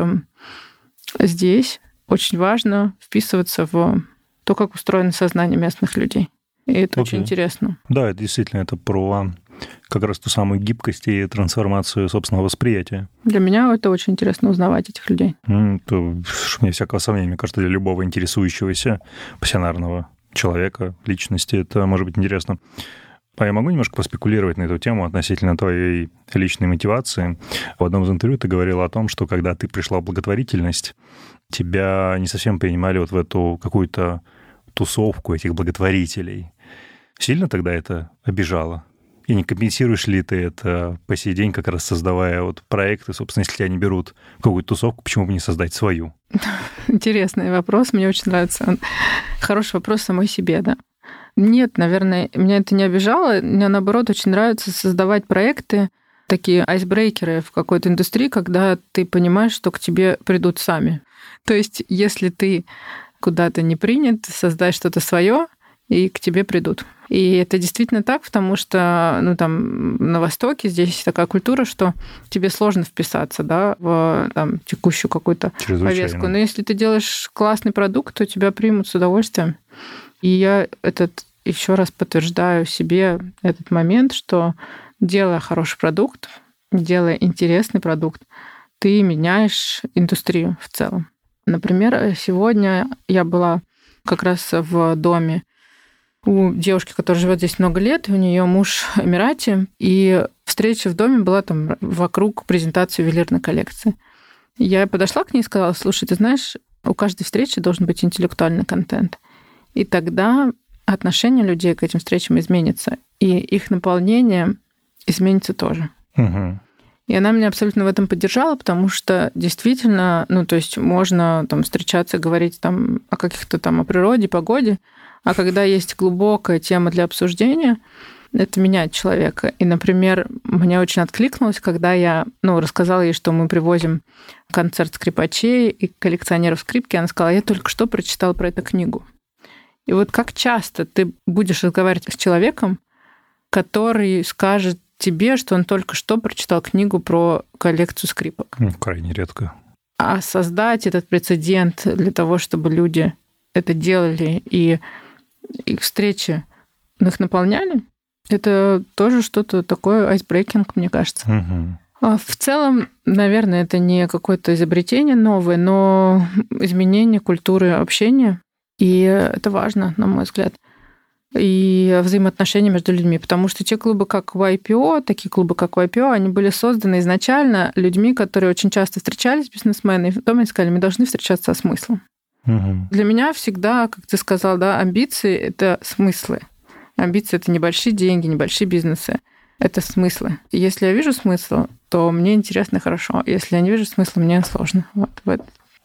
здесь, очень важно вписываться в то, как устроено сознание местных людей. И это okay. очень интересно. Да, это действительно это про как раз ту самую гибкость и трансформацию собственного восприятия. Для меня это очень интересно узнавать этих людей. Mm, то, мне всякого сомнения, мне кажется, для любого интересующегося пассионарного человека, личности, это может быть интересно. А я могу немножко поспекулировать на эту тему относительно твоей личной мотивации? В одном из интервью ты говорила о том, что когда ты пришла в благотворительность, тебя не совсем принимали вот в эту какую-то тусовку этих благотворителей. Сильно тогда это обижало? И не компенсируешь ли ты это по сей день, как раз создавая вот проекты? Собственно, если тебя не берут в какую-то тусовку, почему бы не создать свою? Интересный вопрос, мне очень нравится. Он хороший вопрос самой себе, да. Нет, наверное, меня это не обижало. Мне, наоборот, очень нравится создавать проекты, такие айсбрейкеры в какой-то индустрии, когда ты понимаешь, что к тебе придут сами. То есть, если ты куда-то не принят, создай что-то свое, и к тебе придут. И это действительно так, потому что ну, там, на Востоке здесь такая культура, что тебе сложно вписаться, да, в там, текущую какую-то повестку. Но если ты делаешь классный продукт, то тебя примут с удовольствием. И я этот еще раз подтверждаю себе этот момент, что делая хороший продукт, делая интересный продукт, ты меняешь индустрию в целом. Например, сегодня я была как раз в доме у девушки, которая живет здесь много лет, у нее муж в Эмирате, и встреча в доме была там вокруг презентации ювелирной коллекции. Я подошла к ней и сказала: слушай, ты знаешь, у каждой встречи должен быть интеллектуальный контент. И тогда отношение людей к этим встречам изменится, и их наполнение изменится тоже. Угу. И она меня абсолютно в этом поддержала, потому что действительно, ну, то есть можно там встречаться, говорить там о каких-то там о природе, погоде, а когда есть глубокая тема для обсуждения, это меняет человека. И, например, мне очень откликнулось, когда я ну, рассказала ей, что мы привозим концерт скрипачей и коллекционеров скрипки, она сказала: я только что прочитала про эту книгу. И вот как часто ты будешь разговаривать с человеком, который скажет тебе, что он только что прочитал книгу про коллекцию скрипок? Крайне редко. А создать этот прецедент для того, чтобы люди это делали и их встречи их наполняли, это тоже что-то такое, айсбрейкинг, мне кажется. Угу. В целом, наверное, это не какое-то изобретение новое, но изменение культуры общения, и это важно, на мой взгляд. И взаимоотношения между людьми, потому что те клубы, как вай пи о, такие клубы, как вай пи о, они были созданы изначально людьми, которые очень часто встречались, бизнесмены, и потом они сказали: мы должны встречаться со смыслом. Угу. Для меня всегда, как ты сказал, да, амбиции — это смыслы. Амбиции — это небольшие деньги, небольшие бизнесы. Это смыслы. И если я вижу смысл, то мне интересно и хорошо. Если я не вижу смысла, мне сложно. Вот, вот.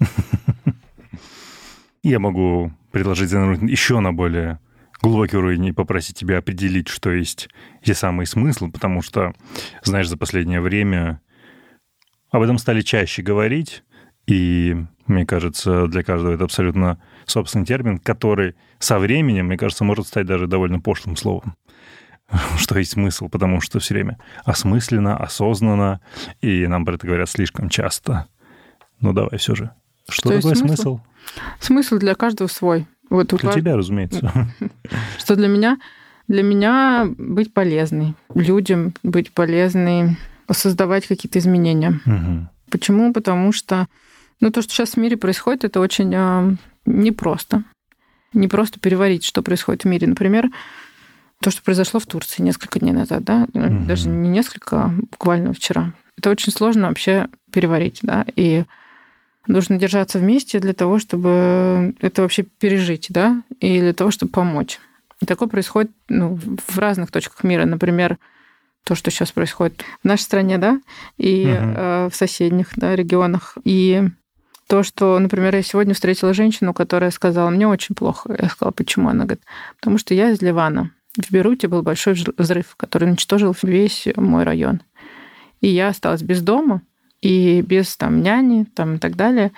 Я могу предложить еще на более глубокий уровень и попросить тебя определить, что есть те самые смыслы, потому что, знаешь, за последнее время об этом стали чаще говорить, и, мне кажется, для каждого это абсолютно собственный термин, который со временем, мне кажется, может стать даже довольно пошлым словом. Что есть смысл, потому что все время осмысленно, осознанно, и нам про это говорят слишком часто. Ну, давай все же. Что, что такое смысл? смысл? Смысл для каждого свой. Вот для кажд... тебя, разумеется. Что для меня? Для меня быть полезной людям, быть полезной, создавать какие-то изменения. Угу. Почему? Потому что Ну, то, что сейчас в мире происходит, это очень э, непросто. Не просто переварить, что происходит в мире. Например, то, что произошло в Турции несколько дней назад, да, mm-hmm. даже не несколько, а буквально вчера. Это очень сложно вообще переварить, да, и нужно держаться вместе для того, чтобы это вообще пережить, да, и для того, чтобы помочь. И такое происходит ну, в разных точках мира. Например, то, что сейчас происходит в нашей стране, да, и mm-hmm. э, в соседних да, регионах. И то, что, например, я сегодня встретила женщину, которая сказала, мне очень плохо. Я сказала, почему? Она говорит, потому что я из Ливана. В Бейруте был большой взрыв, который уничтожил весь мой район. И я осталась без дома, и без там, няни там, и так далее.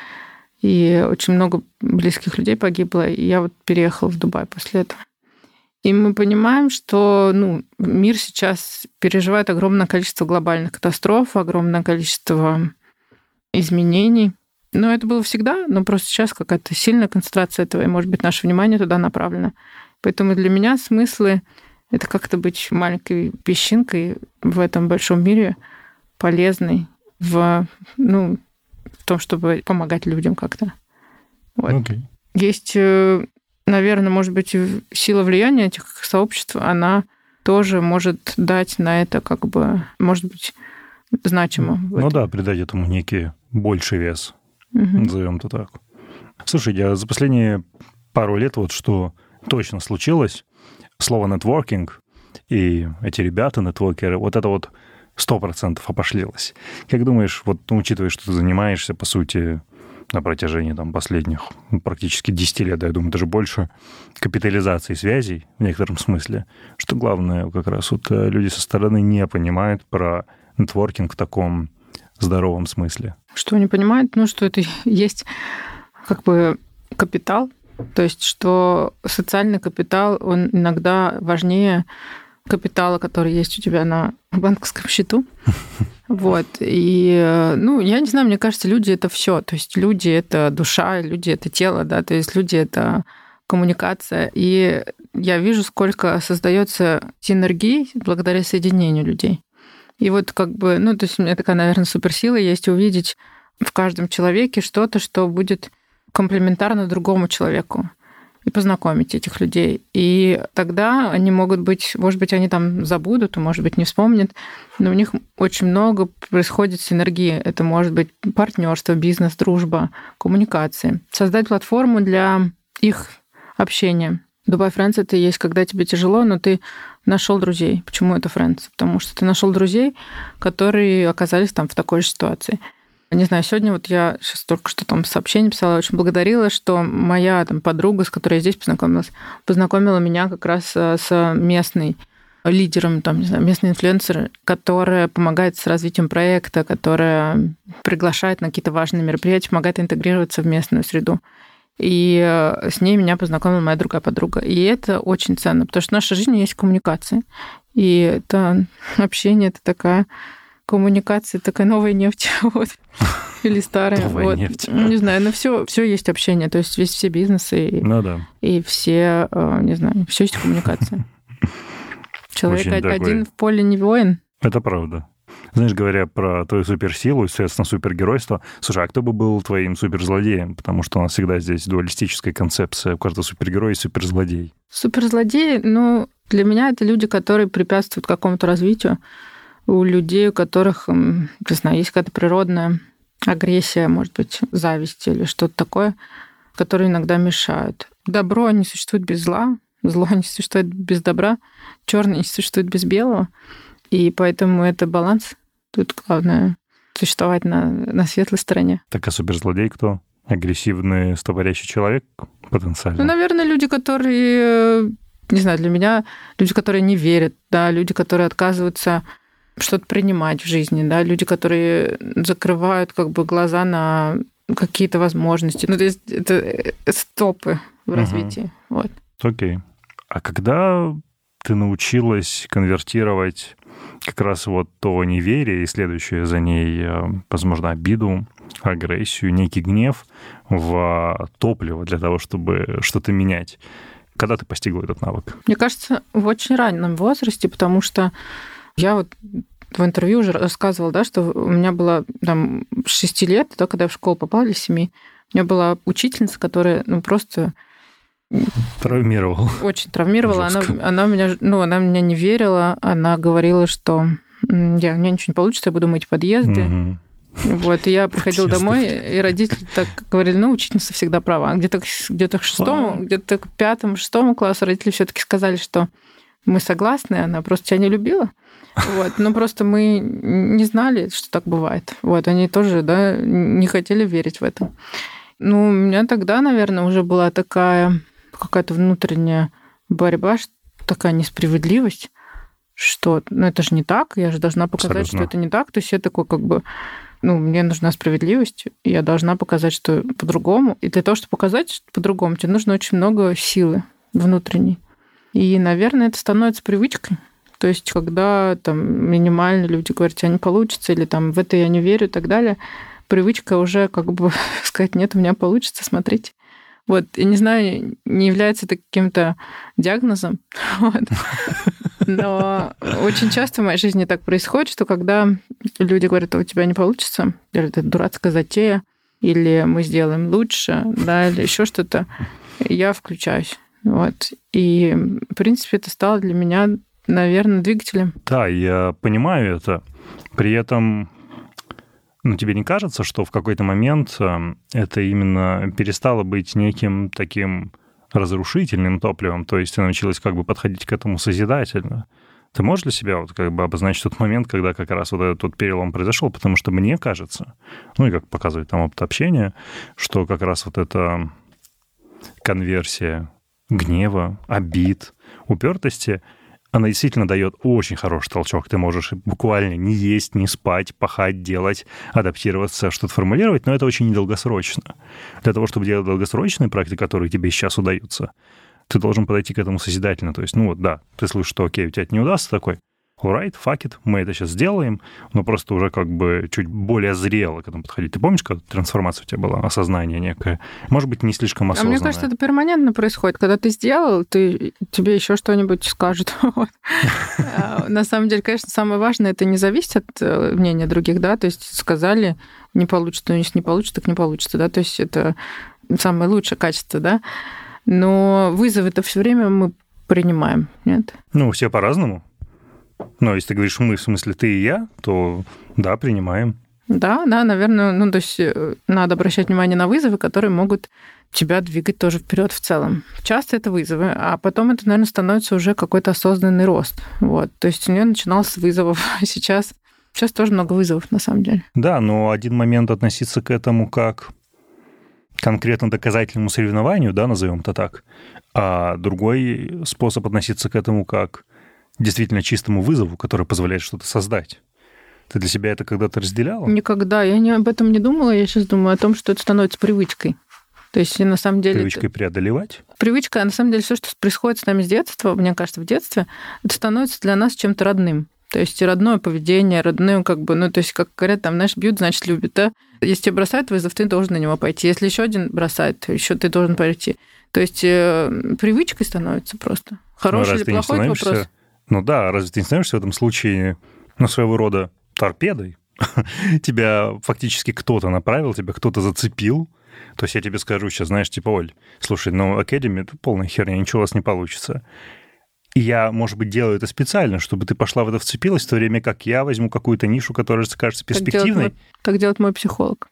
И очень много близких людей погибло. И я вот переехала в Дубай после этого. И мы понимаем, что ну, мир сейчас переживает огромное количество глобальных катастроф, огромное количество изменений. Но это было всегда, но просто сейчас какая-то сильная концентрация этого, и, может быть, наше внимание туда направлено. Поэтому для меня смыслы — это как-то быть маленькой песчинкой в этом большом мире, полезной в, ну, в том, чтобы помогать людям как-то. Вот. Okay. Есть, наверное, может быть, сила влияния этих сообществ, она тоже может дать на это как бы, может быть, значимо. Ну да, придать этому некий больший вес. Угу. Назовем это так. Слушай, я за последние пару лет вот что точно случилось, слово «нетворкинг» и эти ребята, нетворкеры, вот это вот сто процентов опошлилось. Как думаешь, вот учитывая, что ты занимаешься, по сути, на протяжении там, последних ну, практически десять лет, да, я думаю, даже больше, капитализации связей в некотором смысле, что главное, как раз вот люди со стороны не понимают про нетворкинг в таком здоровом смысле. Что не понимают? Ну, что это есть как бы капитал, то есть что социальный капитал, он иногда важнее капитала, который есть у тебя на банковском счету. Вот. И, ну, я не знаю, мне кажется, люди — это все. То есть люди — это душа, люди — это тело, да, то есть люди — это коммуникация. И я вижу, сколько создается синергий благодаря соединению людей. И вот как бы, ну, то есть у меня такая, наверное, суперсила есть увидеть в каждом человеке что-то, что будет комплементарно другому человеку, и познакомить этих людей. И тогда они могут быть, может быть, они там забудут, может быть, не вспомнят, но у них очень много происходит синергии. Это может быть партнерство, бизнес, дружба, коммуникации. Создать платформу для их общения. Dubai Friends — это есть, когда тебе тяжело, но ты нашел друзей. Почему это Friends? Потому что ты нашел друзей, которые оказались там в такой же ситуации. Не знаю, сегодня вот я сейчас только что там сообщение писала, очень благодарила, что моя там подруга, с которой я здесь познакомилась, познакомила меня как раз с местной лидером, там, не знаю, местный инфлюенсер, которая помогает с развитием проекта, которая приглашает на какие-то важные мероприятия, помогает интегрироваться в местную среду. И с ней меня познакомила моя другая подруга. И это очень ценно, потому что в нашей жизни есть коммуникация. И это общение, это такая коммуникация, такая новая нефть. Вот. Или старая. Новая вот. нефть. Не знаю, но все, все есть общение. То есть весь все бизнесы и, ну, да. и все, не знаю, все есть коммуникация. Человек очень один такой... в поле не воин. Это правда. Знаешь, говоря про твою суперсилу и, соответственно, супергеройство, слушай, а кто бы был твоим суперзлодеем? Потому что у нас всегда здесь дуалистическая концепция. У каждого супергероя есть суперзлодей. Суперзлодеи, ну, для меня это люди, которые препятствуют какому-то развитию. У людей, у которых, не знаю, есть какая-то природная агрессия, может быть, зависть или что-то такое, которые иногда мешают. Добро не существует без зла, зло не существует без добра, черное не существует без белого. И поэтому это баланс. Тут главное существовать на, на светлой стороне. Так а суперзлодей кто? Агрессивный, стопорящий человек потенциально? Ну, наверное, люди, которые, не знаю, для меня, люди, которые не верят, да, люди, которые отказываются что-то принимать в жизни, да, люди, которые закрывают как бы глаза на какие-то возможности. Ну, то есть это стопы в развитии. Угу. Вот. Окей. А когда ты научилась конвертировать как раз вот то неверие и следующее за ней, возможно, обиду, агрессию, некий гнев в топливо для того, чтобы что-то менять? Когда ты постигла этот навык? Мне кажется, в очень раннем возрасте, потому что я вот в интервью уже рассказывала, да, что у меня было там с шести лет, да, когда я в школу попала, или семи, у меня была учительница, которая, ну, просто... Травмировала. Очень травмировала. Она, она, меня, ну, она меня не верила. Она говорила, что я, у меня ничего не получится, я буду мыть подъезды. Угу. Вот, и я приходила домой, и родители так говорили, ну, учительница всегда права. Где-то, где-то к шестому, а. где-то к пятому, шестому классу родители все-таки сказали, что мы согласны, она просто тебя не любила. Вот, но просто мы не знали, что так бывает. Вот, они тоже, да, не хотели верить в это. Ну, у меня тогда, наверное, уже была такая какая-то внутренняя борьба, такая несправедливость, что, ну, это же не так, я же должна показать, абсолютно, что это не так. То есть я такой, как бы, ну, мне нужна справедливость, и я должна показать, что по-другому. И для того, чтобы показать, что по-другому, тебе нужно очень много силы внутренней. И, наверное, это становится привычкой. То есть, когда там минимально люди говорят, у тебя не получится, или там в это я не верю и так далее, привычка уже как бы сказать, нет, у меня получится, смотрите. Вот, я не знаю, не является это каким-то диагнозом, вот. Но очень часто в моей жизни так происходит, что когда люди говорят, у тебя не получится, или это дурацкая затея, или мы сделаем лучше, да, или еще что-то, я включаюсь. Вот. И, в принципе, это стало для меня, наверное, двигателем. Да, я понимаю это. При этом, ну, тебе не кажется, что в какой-то момент это именно перестало быть неким таким разрушительным топливом, то есть ты научилась как бы подходить к этому созидательно? Ты можешь для себя вот как бы обозначить тот момент, когда как раз вот этот тот перелом произошел? Потому что мне кажется, ну и как показывает там опыт общения, что как раз вот эта конверсия гнева, обид, упертости, она действительно дает очень хороший толчок. Ты можешь буквально не есть, не спать, пахать, делать, адаптироваться, что-то формулировать, но это очень недолгосрочно. Для того, чтобы делать долгосрочные практики, которые тебе сейчас удаются, ты должен подойти к этому созидательно. То есть, ну вот, да, ты слышишь, что окей, у тебя это не удастся, такой, all right, fuck it, мы это сейчас сделаем, но просто уже как бы чуть более зрело к этому подходить. Ты помнишь, как трансформация у тебя была, осознание некое? Может быть, не слишком осознанное. А мне кажется, это перманентно происходит. Когда ты сделал, ты, тебе еще что-нибудь скажут. На самом деле, конечно, самое важное, это не зависит от мнения других, да, то есть сказали, не получится, но если не получится, так не получится, да, то есть это самое лучшее качество, да, но вызовы-то все время мы принимаем, нет? Ну, все по-разному. Но если ты говоришь мы, в смысле ты и я, то да, принимаем. Да, да, наверное, ну, то есть надо обращать внимание на вызовы, которые могут тебя двигать тоже вперед в целом. Часто это вызовы, а потом это, наверное, становится уже какой-то осознанный рост. Вот. То есть у нее начинался с вызовов, а сейчас, сейчас тоже много вызовов, на самом деле. Да, но один момент относиться к этому как конкретно доказательному соревнованию, да, назовем это так, а другой способ относиться к этому как действительно чистому вызову, который позволяет что-то создать. Ты для себя это когда-то разделяла? Никогда. Я не, об этом не думала. Я сейчас думаю о том, что это становится привычкой. То есть, на самом деле... Привычкой это... преодолевать? Привычка, а на самом деле, все, что происходит с нами с детства, мне кажется, в детстве, это становится для нас чем-то родным. То есть родное поведение, родное как бы... Ну, то есть, как говорят, там, знаешь, бьют, значит, любят, да? Если тебе бросают вызов, ты должен на него пойти. Если еще один бросает, еще ты должен пойти. То есть, привычкой становится просто. Хороший или плохой вопрос. Ну да, разве ты не становишься в этом случае, ну, своего рода торпедой? Тебя фактически кто-то направил, тебя кто-то зацепил. То есть я тебе скажу сейчас, знаешь, типа, Оль, слушай, ну, Academy — это полная херня, ничего у вас не получится. И я, может быть, делаю это специально, чтобы ты пошла в это вцепилась, в то время как я возьму какую-то нишу, которая кажется перспективной. Как делает мой психолог.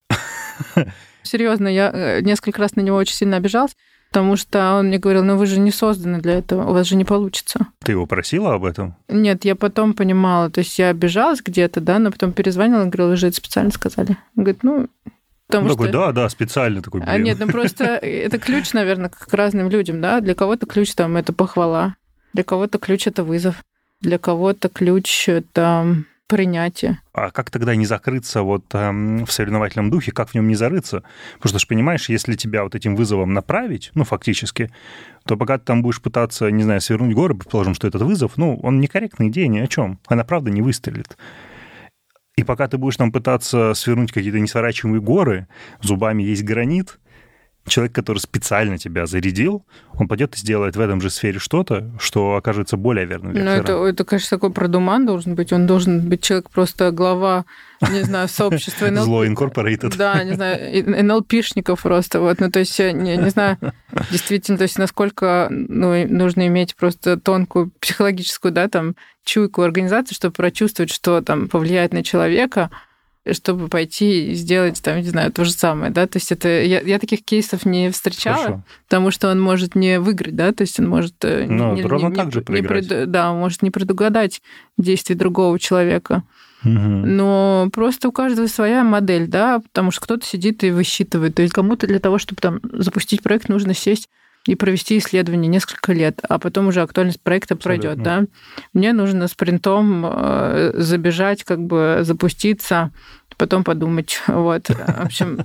Серьезно, я несколько раз на него очень сильно обижалась. Потому что он мне говорил, ну вы же не созданы для этого, у вас же не получится. Ты его просила об этом? Нет, я потом понимала, то есть я обижалась где-то, да, но потом перезвонила и говорила, вы же это специально сказали. Он говорит, ну... Потому ну, что... такой, да, да, специально такой, блин. А нет, ну просто это ключ, наверное, к разным людям, да. Для кого-то ключ там это похвала, для кого-то ключ это вызов, для кого-то ключ это принятие. А как тогда не закрыться вот эм, в соревновательном духе, как в нем не зарыться? Потому что, ж, понимаешь, если тебя вот этим вызовом направить, ну, фактически, то пока ты там будешь пытаться, не знаю, свернуть горы, предположим, что этот вызов, ну, он некорректная идея ни о чем. Она, правда, не выстрелит. И пока ты будешь там пытаться свернуть какие-то несворачиваемые горы, зубами есть гранит, человек, который специально тебя зарядил, он пойдет и сделает в этом же сфере что-то, что окажется более верным Ну, это, это, конечно, такой продуман должен быть. Он должен быть человек просто глава, не знаю, сообщества эн эл пи. Зло Incorporated. Да, не знаю, эн эл пи-шников просто. Вот. Ну, то есть, не, не знаю, действительно, то есть, насколько ну, нужно иметь просто тонкую психологическую, да, там, чуйку организации, чтобы прочувствовать, что там повлияет на человека, чтобы пойти и сделать, там, не знаю, то же самое, да, то есть это... Я, я таких кейсов не встречала, Хорошо. Потому что он может не выиграть, да, то есть он может... Ну, не, ровно не, так не, же проиграть. Не пред, да, он может не предугадать действий другого человека. Угу. Но просто у каждого своя модель, да, потому что кто-то сидит и высчитывает. То есть кому-то для того, чтобы там запустить проект, нужно сесть и провести исследование несколько лет, а потом уже актуальность проекта пройдет, да. Мне нужно спринтом забежать, как бы запуститься, потом подумать. Вот. В общем,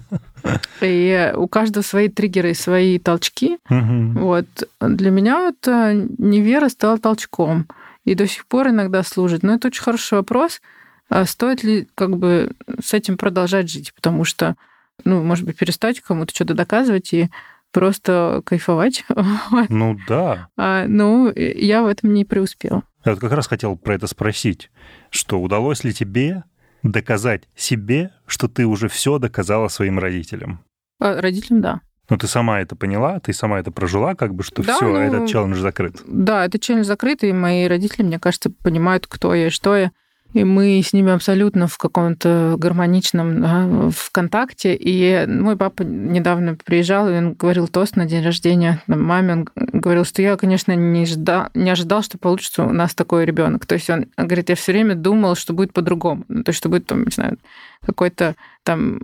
и у каждого свои триггеры и свои толчки. Угу. Вот. Для меня это невера стала толчком. И до сих пор иногда служит. Но это очень хороший вопрос. Стоит ли как бы с этим продолжать жить? Потому что, ну, может быть, перестать кому-то что-то доказывать и просто кайфовать. Ну да. А, ну, я в этом не преуспела. Я вот как раз хотел про это спросить, что удалось ли тебе доказать себе, что ты уже все доказала своим родителям? А, родителям, да. Но ты сама это поняла, ты сама это прожила, как бы, что да, все, ну, этот челлендж закрыт. Да, этот челлендж закрыт, и мои родители, мне кажется, понимают, кто я и что я. И мы с ними абсолютно в каком-то гармоничном, да, в контакте. И мой папа недавно приезжал, и он говорил тост на день рождения маме. Он говорил, что я, конечно, не ожидал, не ожидал, что получится у нас такой ребенок. То есть он говорит, я все время думал, что будет по-другому. То есть что будет, там, не знаю, какой-то там...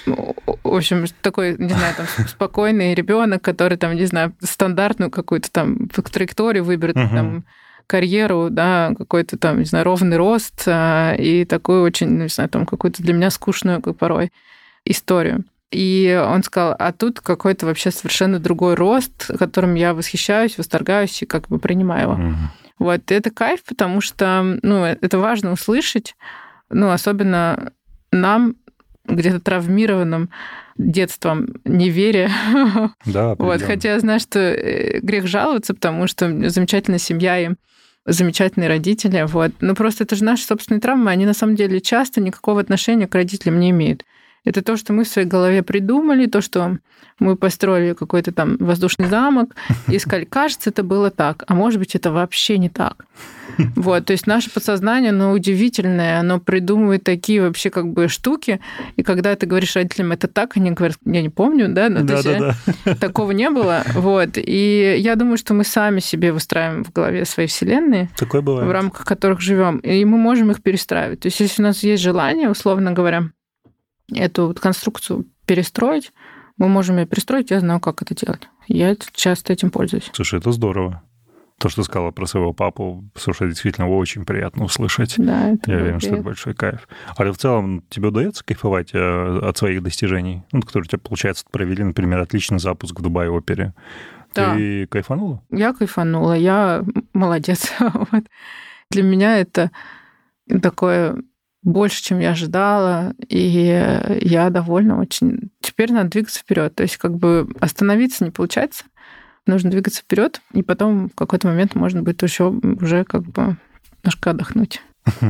В общем, такой, не знаю, там, спокойный ребенок, который, там, не знаю, стандартную какую-то там траекторию выберет, uh-huh. там, карьеру, да, какой-то там, не знаю, ровный рост и такую очень, не знаю, там, какую-то для меня скучную, как порой, историю. И он сказал, а тут какой-то вообще совершенно другой рост, которым я восхищаюсь, восторгаюсь и как бы принимаю его. Uh-huh. Вот, и это кайф, потому что, ну, это важно услышать, ну, особенно нам, где-то травмированным детством, неверия. Да, вот, хотя я знаю, что грех жаловаться, потому что замечательная семья и замечательные родители. Вот. Но просто это же наши собственные травмы, они на самом деле часто никакого отношения к родителям не имеют. Это то, что мы в своей голове придумали, то, что мы построили какой-то там воздушный замок и сказали, кажется, это было так, а может быть, это вообще не так. Вот, то есть наше подсознание, оно удивительное, оно придумывает такие вообще как бы штуки, и когда ты говоришь родителям, это так, они говорят, я не помню, да, но да, то есть, да, да. такого не было. Вот, и я думаю, что мы сами себе выстраиваем в голове свои вселенные, такое бывает. В рамках которых живем, и мы можем их перестраивать. То есть если у нас есть желание, условно говоря, эту вот конструкцию перестроить, мы можем ее перестроить, я знаю, как это делать. Я часто этим пользуюсь. Слушай, это здорово. То, что сказала про своего папу, слушай, действительно очень приятно услышать. Да, это я уверен, привет. что это большой кайф. А в целом тебе удается кайфовать от своих достижений, ну, которые у тебя, получается, провели, например, отличный запуск в Дубай-опере? Да. Ты кайфанула? Я кайфанула, я молодец. Вот. Для меня это такое больше, чем я ожидала, и я довольна очень. Теперь надо двигаться вперед. То есть как бы остановиться не получается. Нужно двигаться вперед, и потом в какой-то момент можно будет еще уже как бы немножко отдохнуть.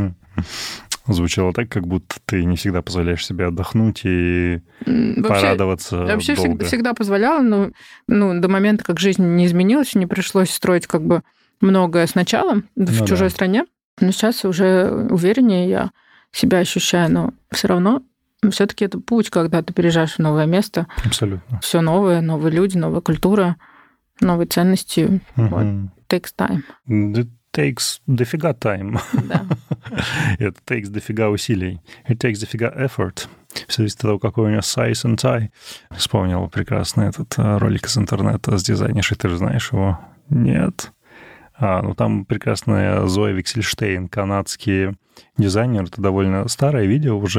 Звучало так, как будто ты не всегда позволяешь себе отдохнуть и вообще, порадоваться вообще долго. Вообще всегда позволяла, но ну, до момента, как жизнь не изменилась, не пришлось строить как бы многое сначала в ну, чужой да. стране. Но сейчас уже увереннее я себя ощущаю, но все равно все-таки это путь, когда ты переезжаешь в новое место. Абсолютно. Все новое, новые люди, новая культура, новые ценности. Uh-huh. Вот. Takes time. It takes дофига time. Да. Это takes дофига усилий. It takes дофига effort. Все зависит от того, какой у него size and tie. Вспомнил прекрасный этот ролик из интернета с дизайнершей. Ты же знаешь его? Нет. А, ну, там прекрасная Зоя Виксельштейн, канадский дизайнер. Это довольно старое видео уже.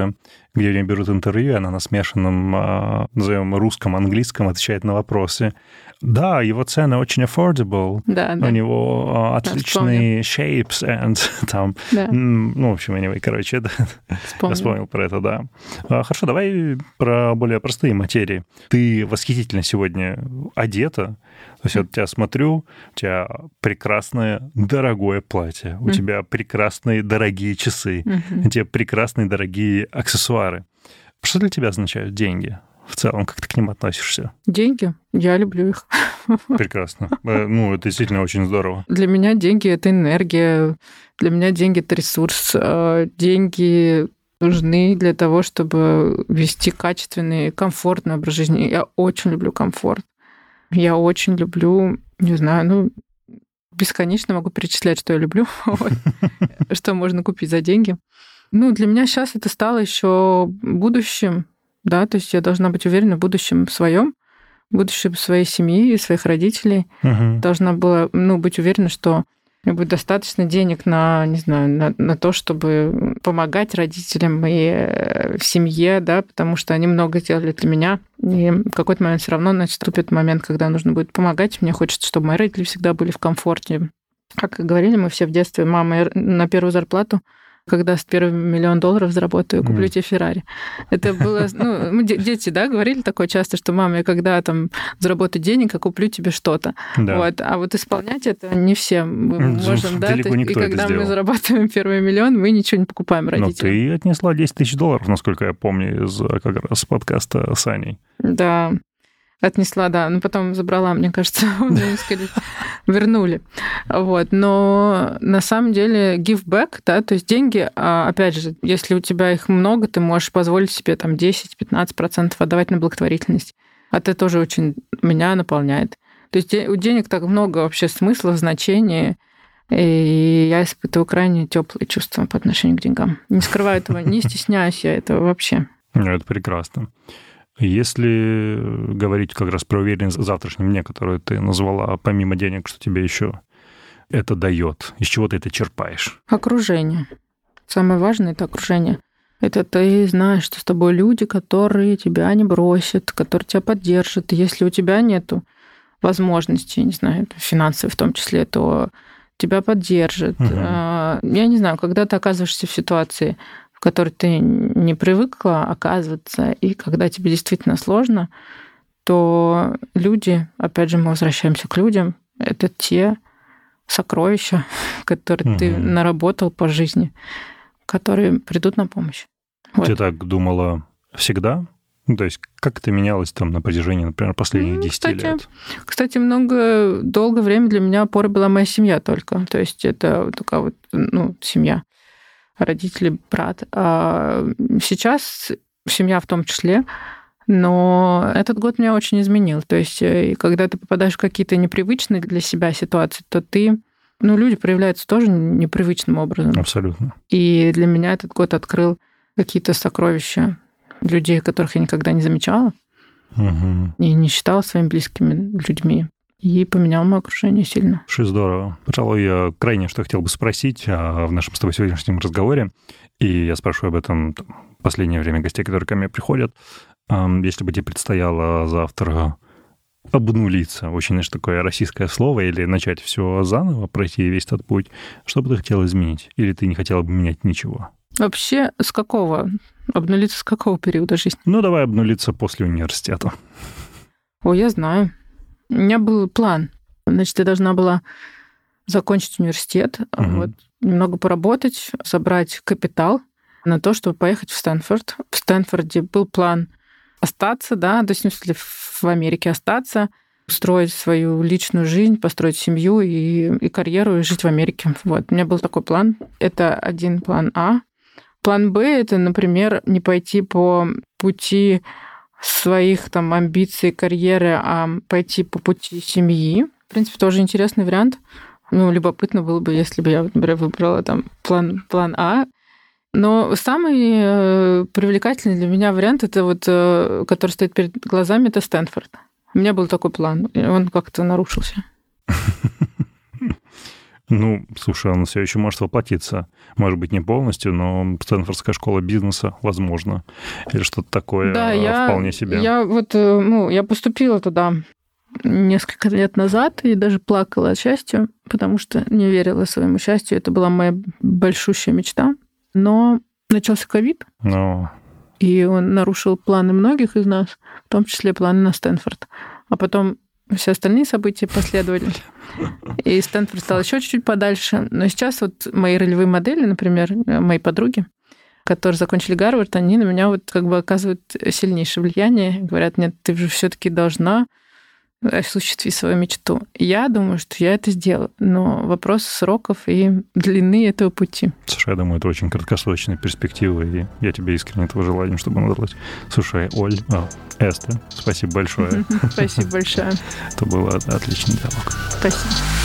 где у нее берут интервью, и она на смешанном, назовем, русском, английском отвечает на вопросы. Да, его цены очень affordable. Да, да. У него отличные shapes and там... Да. Ну, в общем, anyway, короче, да. Я вспомнил про это, да. Хорошо, давай про более простые материи. Ты восхитительно сегодня одета. То есть, вот я смотрю, у тебя прекрасное, дорогое платье, у mm. тебя прекрасные, дорогие часы, mm-hmm. у тебя прекрасные, дорогие аксессуары. Что для тебя означают деньги? В целом, как ты к ним относишься? Деньги? Я люблю их. Прекрасно. Ну, это действительно очень здорово. Для меня деньги — это энергия. Для меня деньги — это ресурс. Деньги нужны для того, чтобы вести качественный, комфортный образ жизни. Я очень люблю комфорт. Я очень люблю, не знаю, ну, бесконечно могу перечислять, что я люблю, что можно купить за деньги. Ну, для меня сейчас это стало еще будущим, да, то есть я должна быть уверена в будущем своем, в будущем своей семьи и своих родителей. Uh-huh. Должна была, ну, быть уверена, что у меня будет достаточно денег на, не знаю, на, на то, чтобы помогать родителям и в семье, да, потому что они много сделали для меня. И в какой-то момент все равно наступит момент, когда нужно будет помогать. Мне хочется, чтобы мои родители всегда были в комфорте. Как и говорили мы все в детстве, мама на первую зарплату, когда с первый миллион долларов заработаю, куплю mm. тебе Феррари. Это было... Ну, дети, да, говорили такое часто, что мама, я когда там заработаю денег, я куплю тебе что-то. Да. Вот. А вот исполнять это не все мы можем, да. Далеко никто и когда это мы зарабатываем первый миллион, мы ничего не покупаем родителям. Но ты отнесла десять тысяч долларов, насколько я помню, из как раз подкаста с Аней. Да. Отнесла, да, но потом забрала, мне кажется, вернули. Вот. Но на самом деле give back, да, то есть деньги, опять же, если у тебя их много, ты можешь позволить себе там десять-пятнадцать процентов отдавать на благотворительность. Это тоже очень меня наполняет. То есть у денег так много вообще смыслов, значений, и я испытываю крайне теплые чувства по отношению к деньгам. Не скрываю этого, не стесняюсь я этого вообще. Это прекрасно. Если говорить как раз про уверенность в завтрашнем дне, которую ты назвала, помимо денег, что тебе еще это дает? Из чего ты это черпаешь? Окружение. Самое важное — это окружение. Это ты знаешь, что с тобой люди, которые тебя не бросят, которые тебя поддержат. И если у тебя нету возможности, не знаю, финансовой в том числе, то тебя поддержат. Угу. Я не знаю, когда ты оказываешься в ситуации, в которой ты не привыкла оказываться, и когда тебе действительно сложно, то люди, опять же, мы возвращаемся к людям, это те сокровища, которые угу. ты наработал по жизни, которые придут на помощь. Вот. Ты так думала всегда? Ну, то есть как это менялось там на протяжении, например, последних ну, десяти кстати, лет? Кстати, много, долгое время для меня опорой была моя семья только. То есть это такая вот, ну, семья. Родители, брат. А сейчас семья в том числе, но этот год меня очень изменил. То есть, когда ты попадаешь в какие-то непривычные для себя ситуации, то ты, ну, люди проявляются тоже непривычным образом. Абсолютно. И для меня этот год открыл какие-то сокровища людей, которых я никогда не замечала угу. и не считала своими близкими людьми. И поменял мое окружение сильно. Очень здорово. Пожалуй, я крайне что хотел бы спросить в нашем с тобой сегодняшнем разговоре, и я спрашиваю об этом в последнее время гостей, которые ко мне приходят. Если бы тебе предстояло завтра обнулиться, очень, знаешь, такое российское слово, или начать все заново, пройти весь этот путь, что бы ты хотела изменить? Или ты не хотела бы менять ничего? Вообще, с какого? Обнулиться с какого периода жизни? Ну, давай обнулиться после университета. О, я знаю. У меня был план. Значит, я должна была закончить университет, угу. вот, немного поработать, собрать капитал на то, чтобы поехать в Стэнфорд. В Стэнфорде был план остаться, да, то есть, в смысле, в Америке остаться, строить свою личную жизнь, построить семью и, и карьеру, и жить в Америке. Вот. У меня был такой план. Это один план А. План Б — это, например, не пойти по пути своих там амбиций, карьеры, а пойти по пути семьи. В принципе, тоже интересный вариант. Ну, любопытно было бы, если бы я, например, выбрала там план, план А. Но самый привлекательный для меня вариант, это вот, который стоит перед глазами, это Стэнфорд. У меня был такой план, и он как-то нарушился. Ну, слушай, она все еще может воплотиться. Может быть, не полностью, но Стэнфордская школа бизнеса, возможно. Или что-то такое да, я, вполне себе. Я вот, ну, я поступила туда несколько лет назад и даже плакала от счастья, потому что не верила своему счастью. Это была моя большущая мечта. Но начался ковид, Но... и он нарушил планы многих из нас, в том числе планы на Стэнфорд. А потом все остальные события последовали. И Стэнфорд стал еще чуть-чуть подальше. Но сейчас вот мои ролевые модели, например, мои подруги, которые закончили Гарвард, они на меня вот как бы оказывают сильнейшее влияние. Говорят, нет, ты же все-таки должна осуществить свою мечту. Я думаю, что я это сделаю. Но вопрос сроков и длины этого пути. Слушай, я думаю, это очень краткосрочные перспективы, и я тебе искренне этого желаю, чтобы она удалось. Слушай, Оль, о, Эстер, спасибо большое. Спасибо большое. Это был отличный диалог. Спасибо.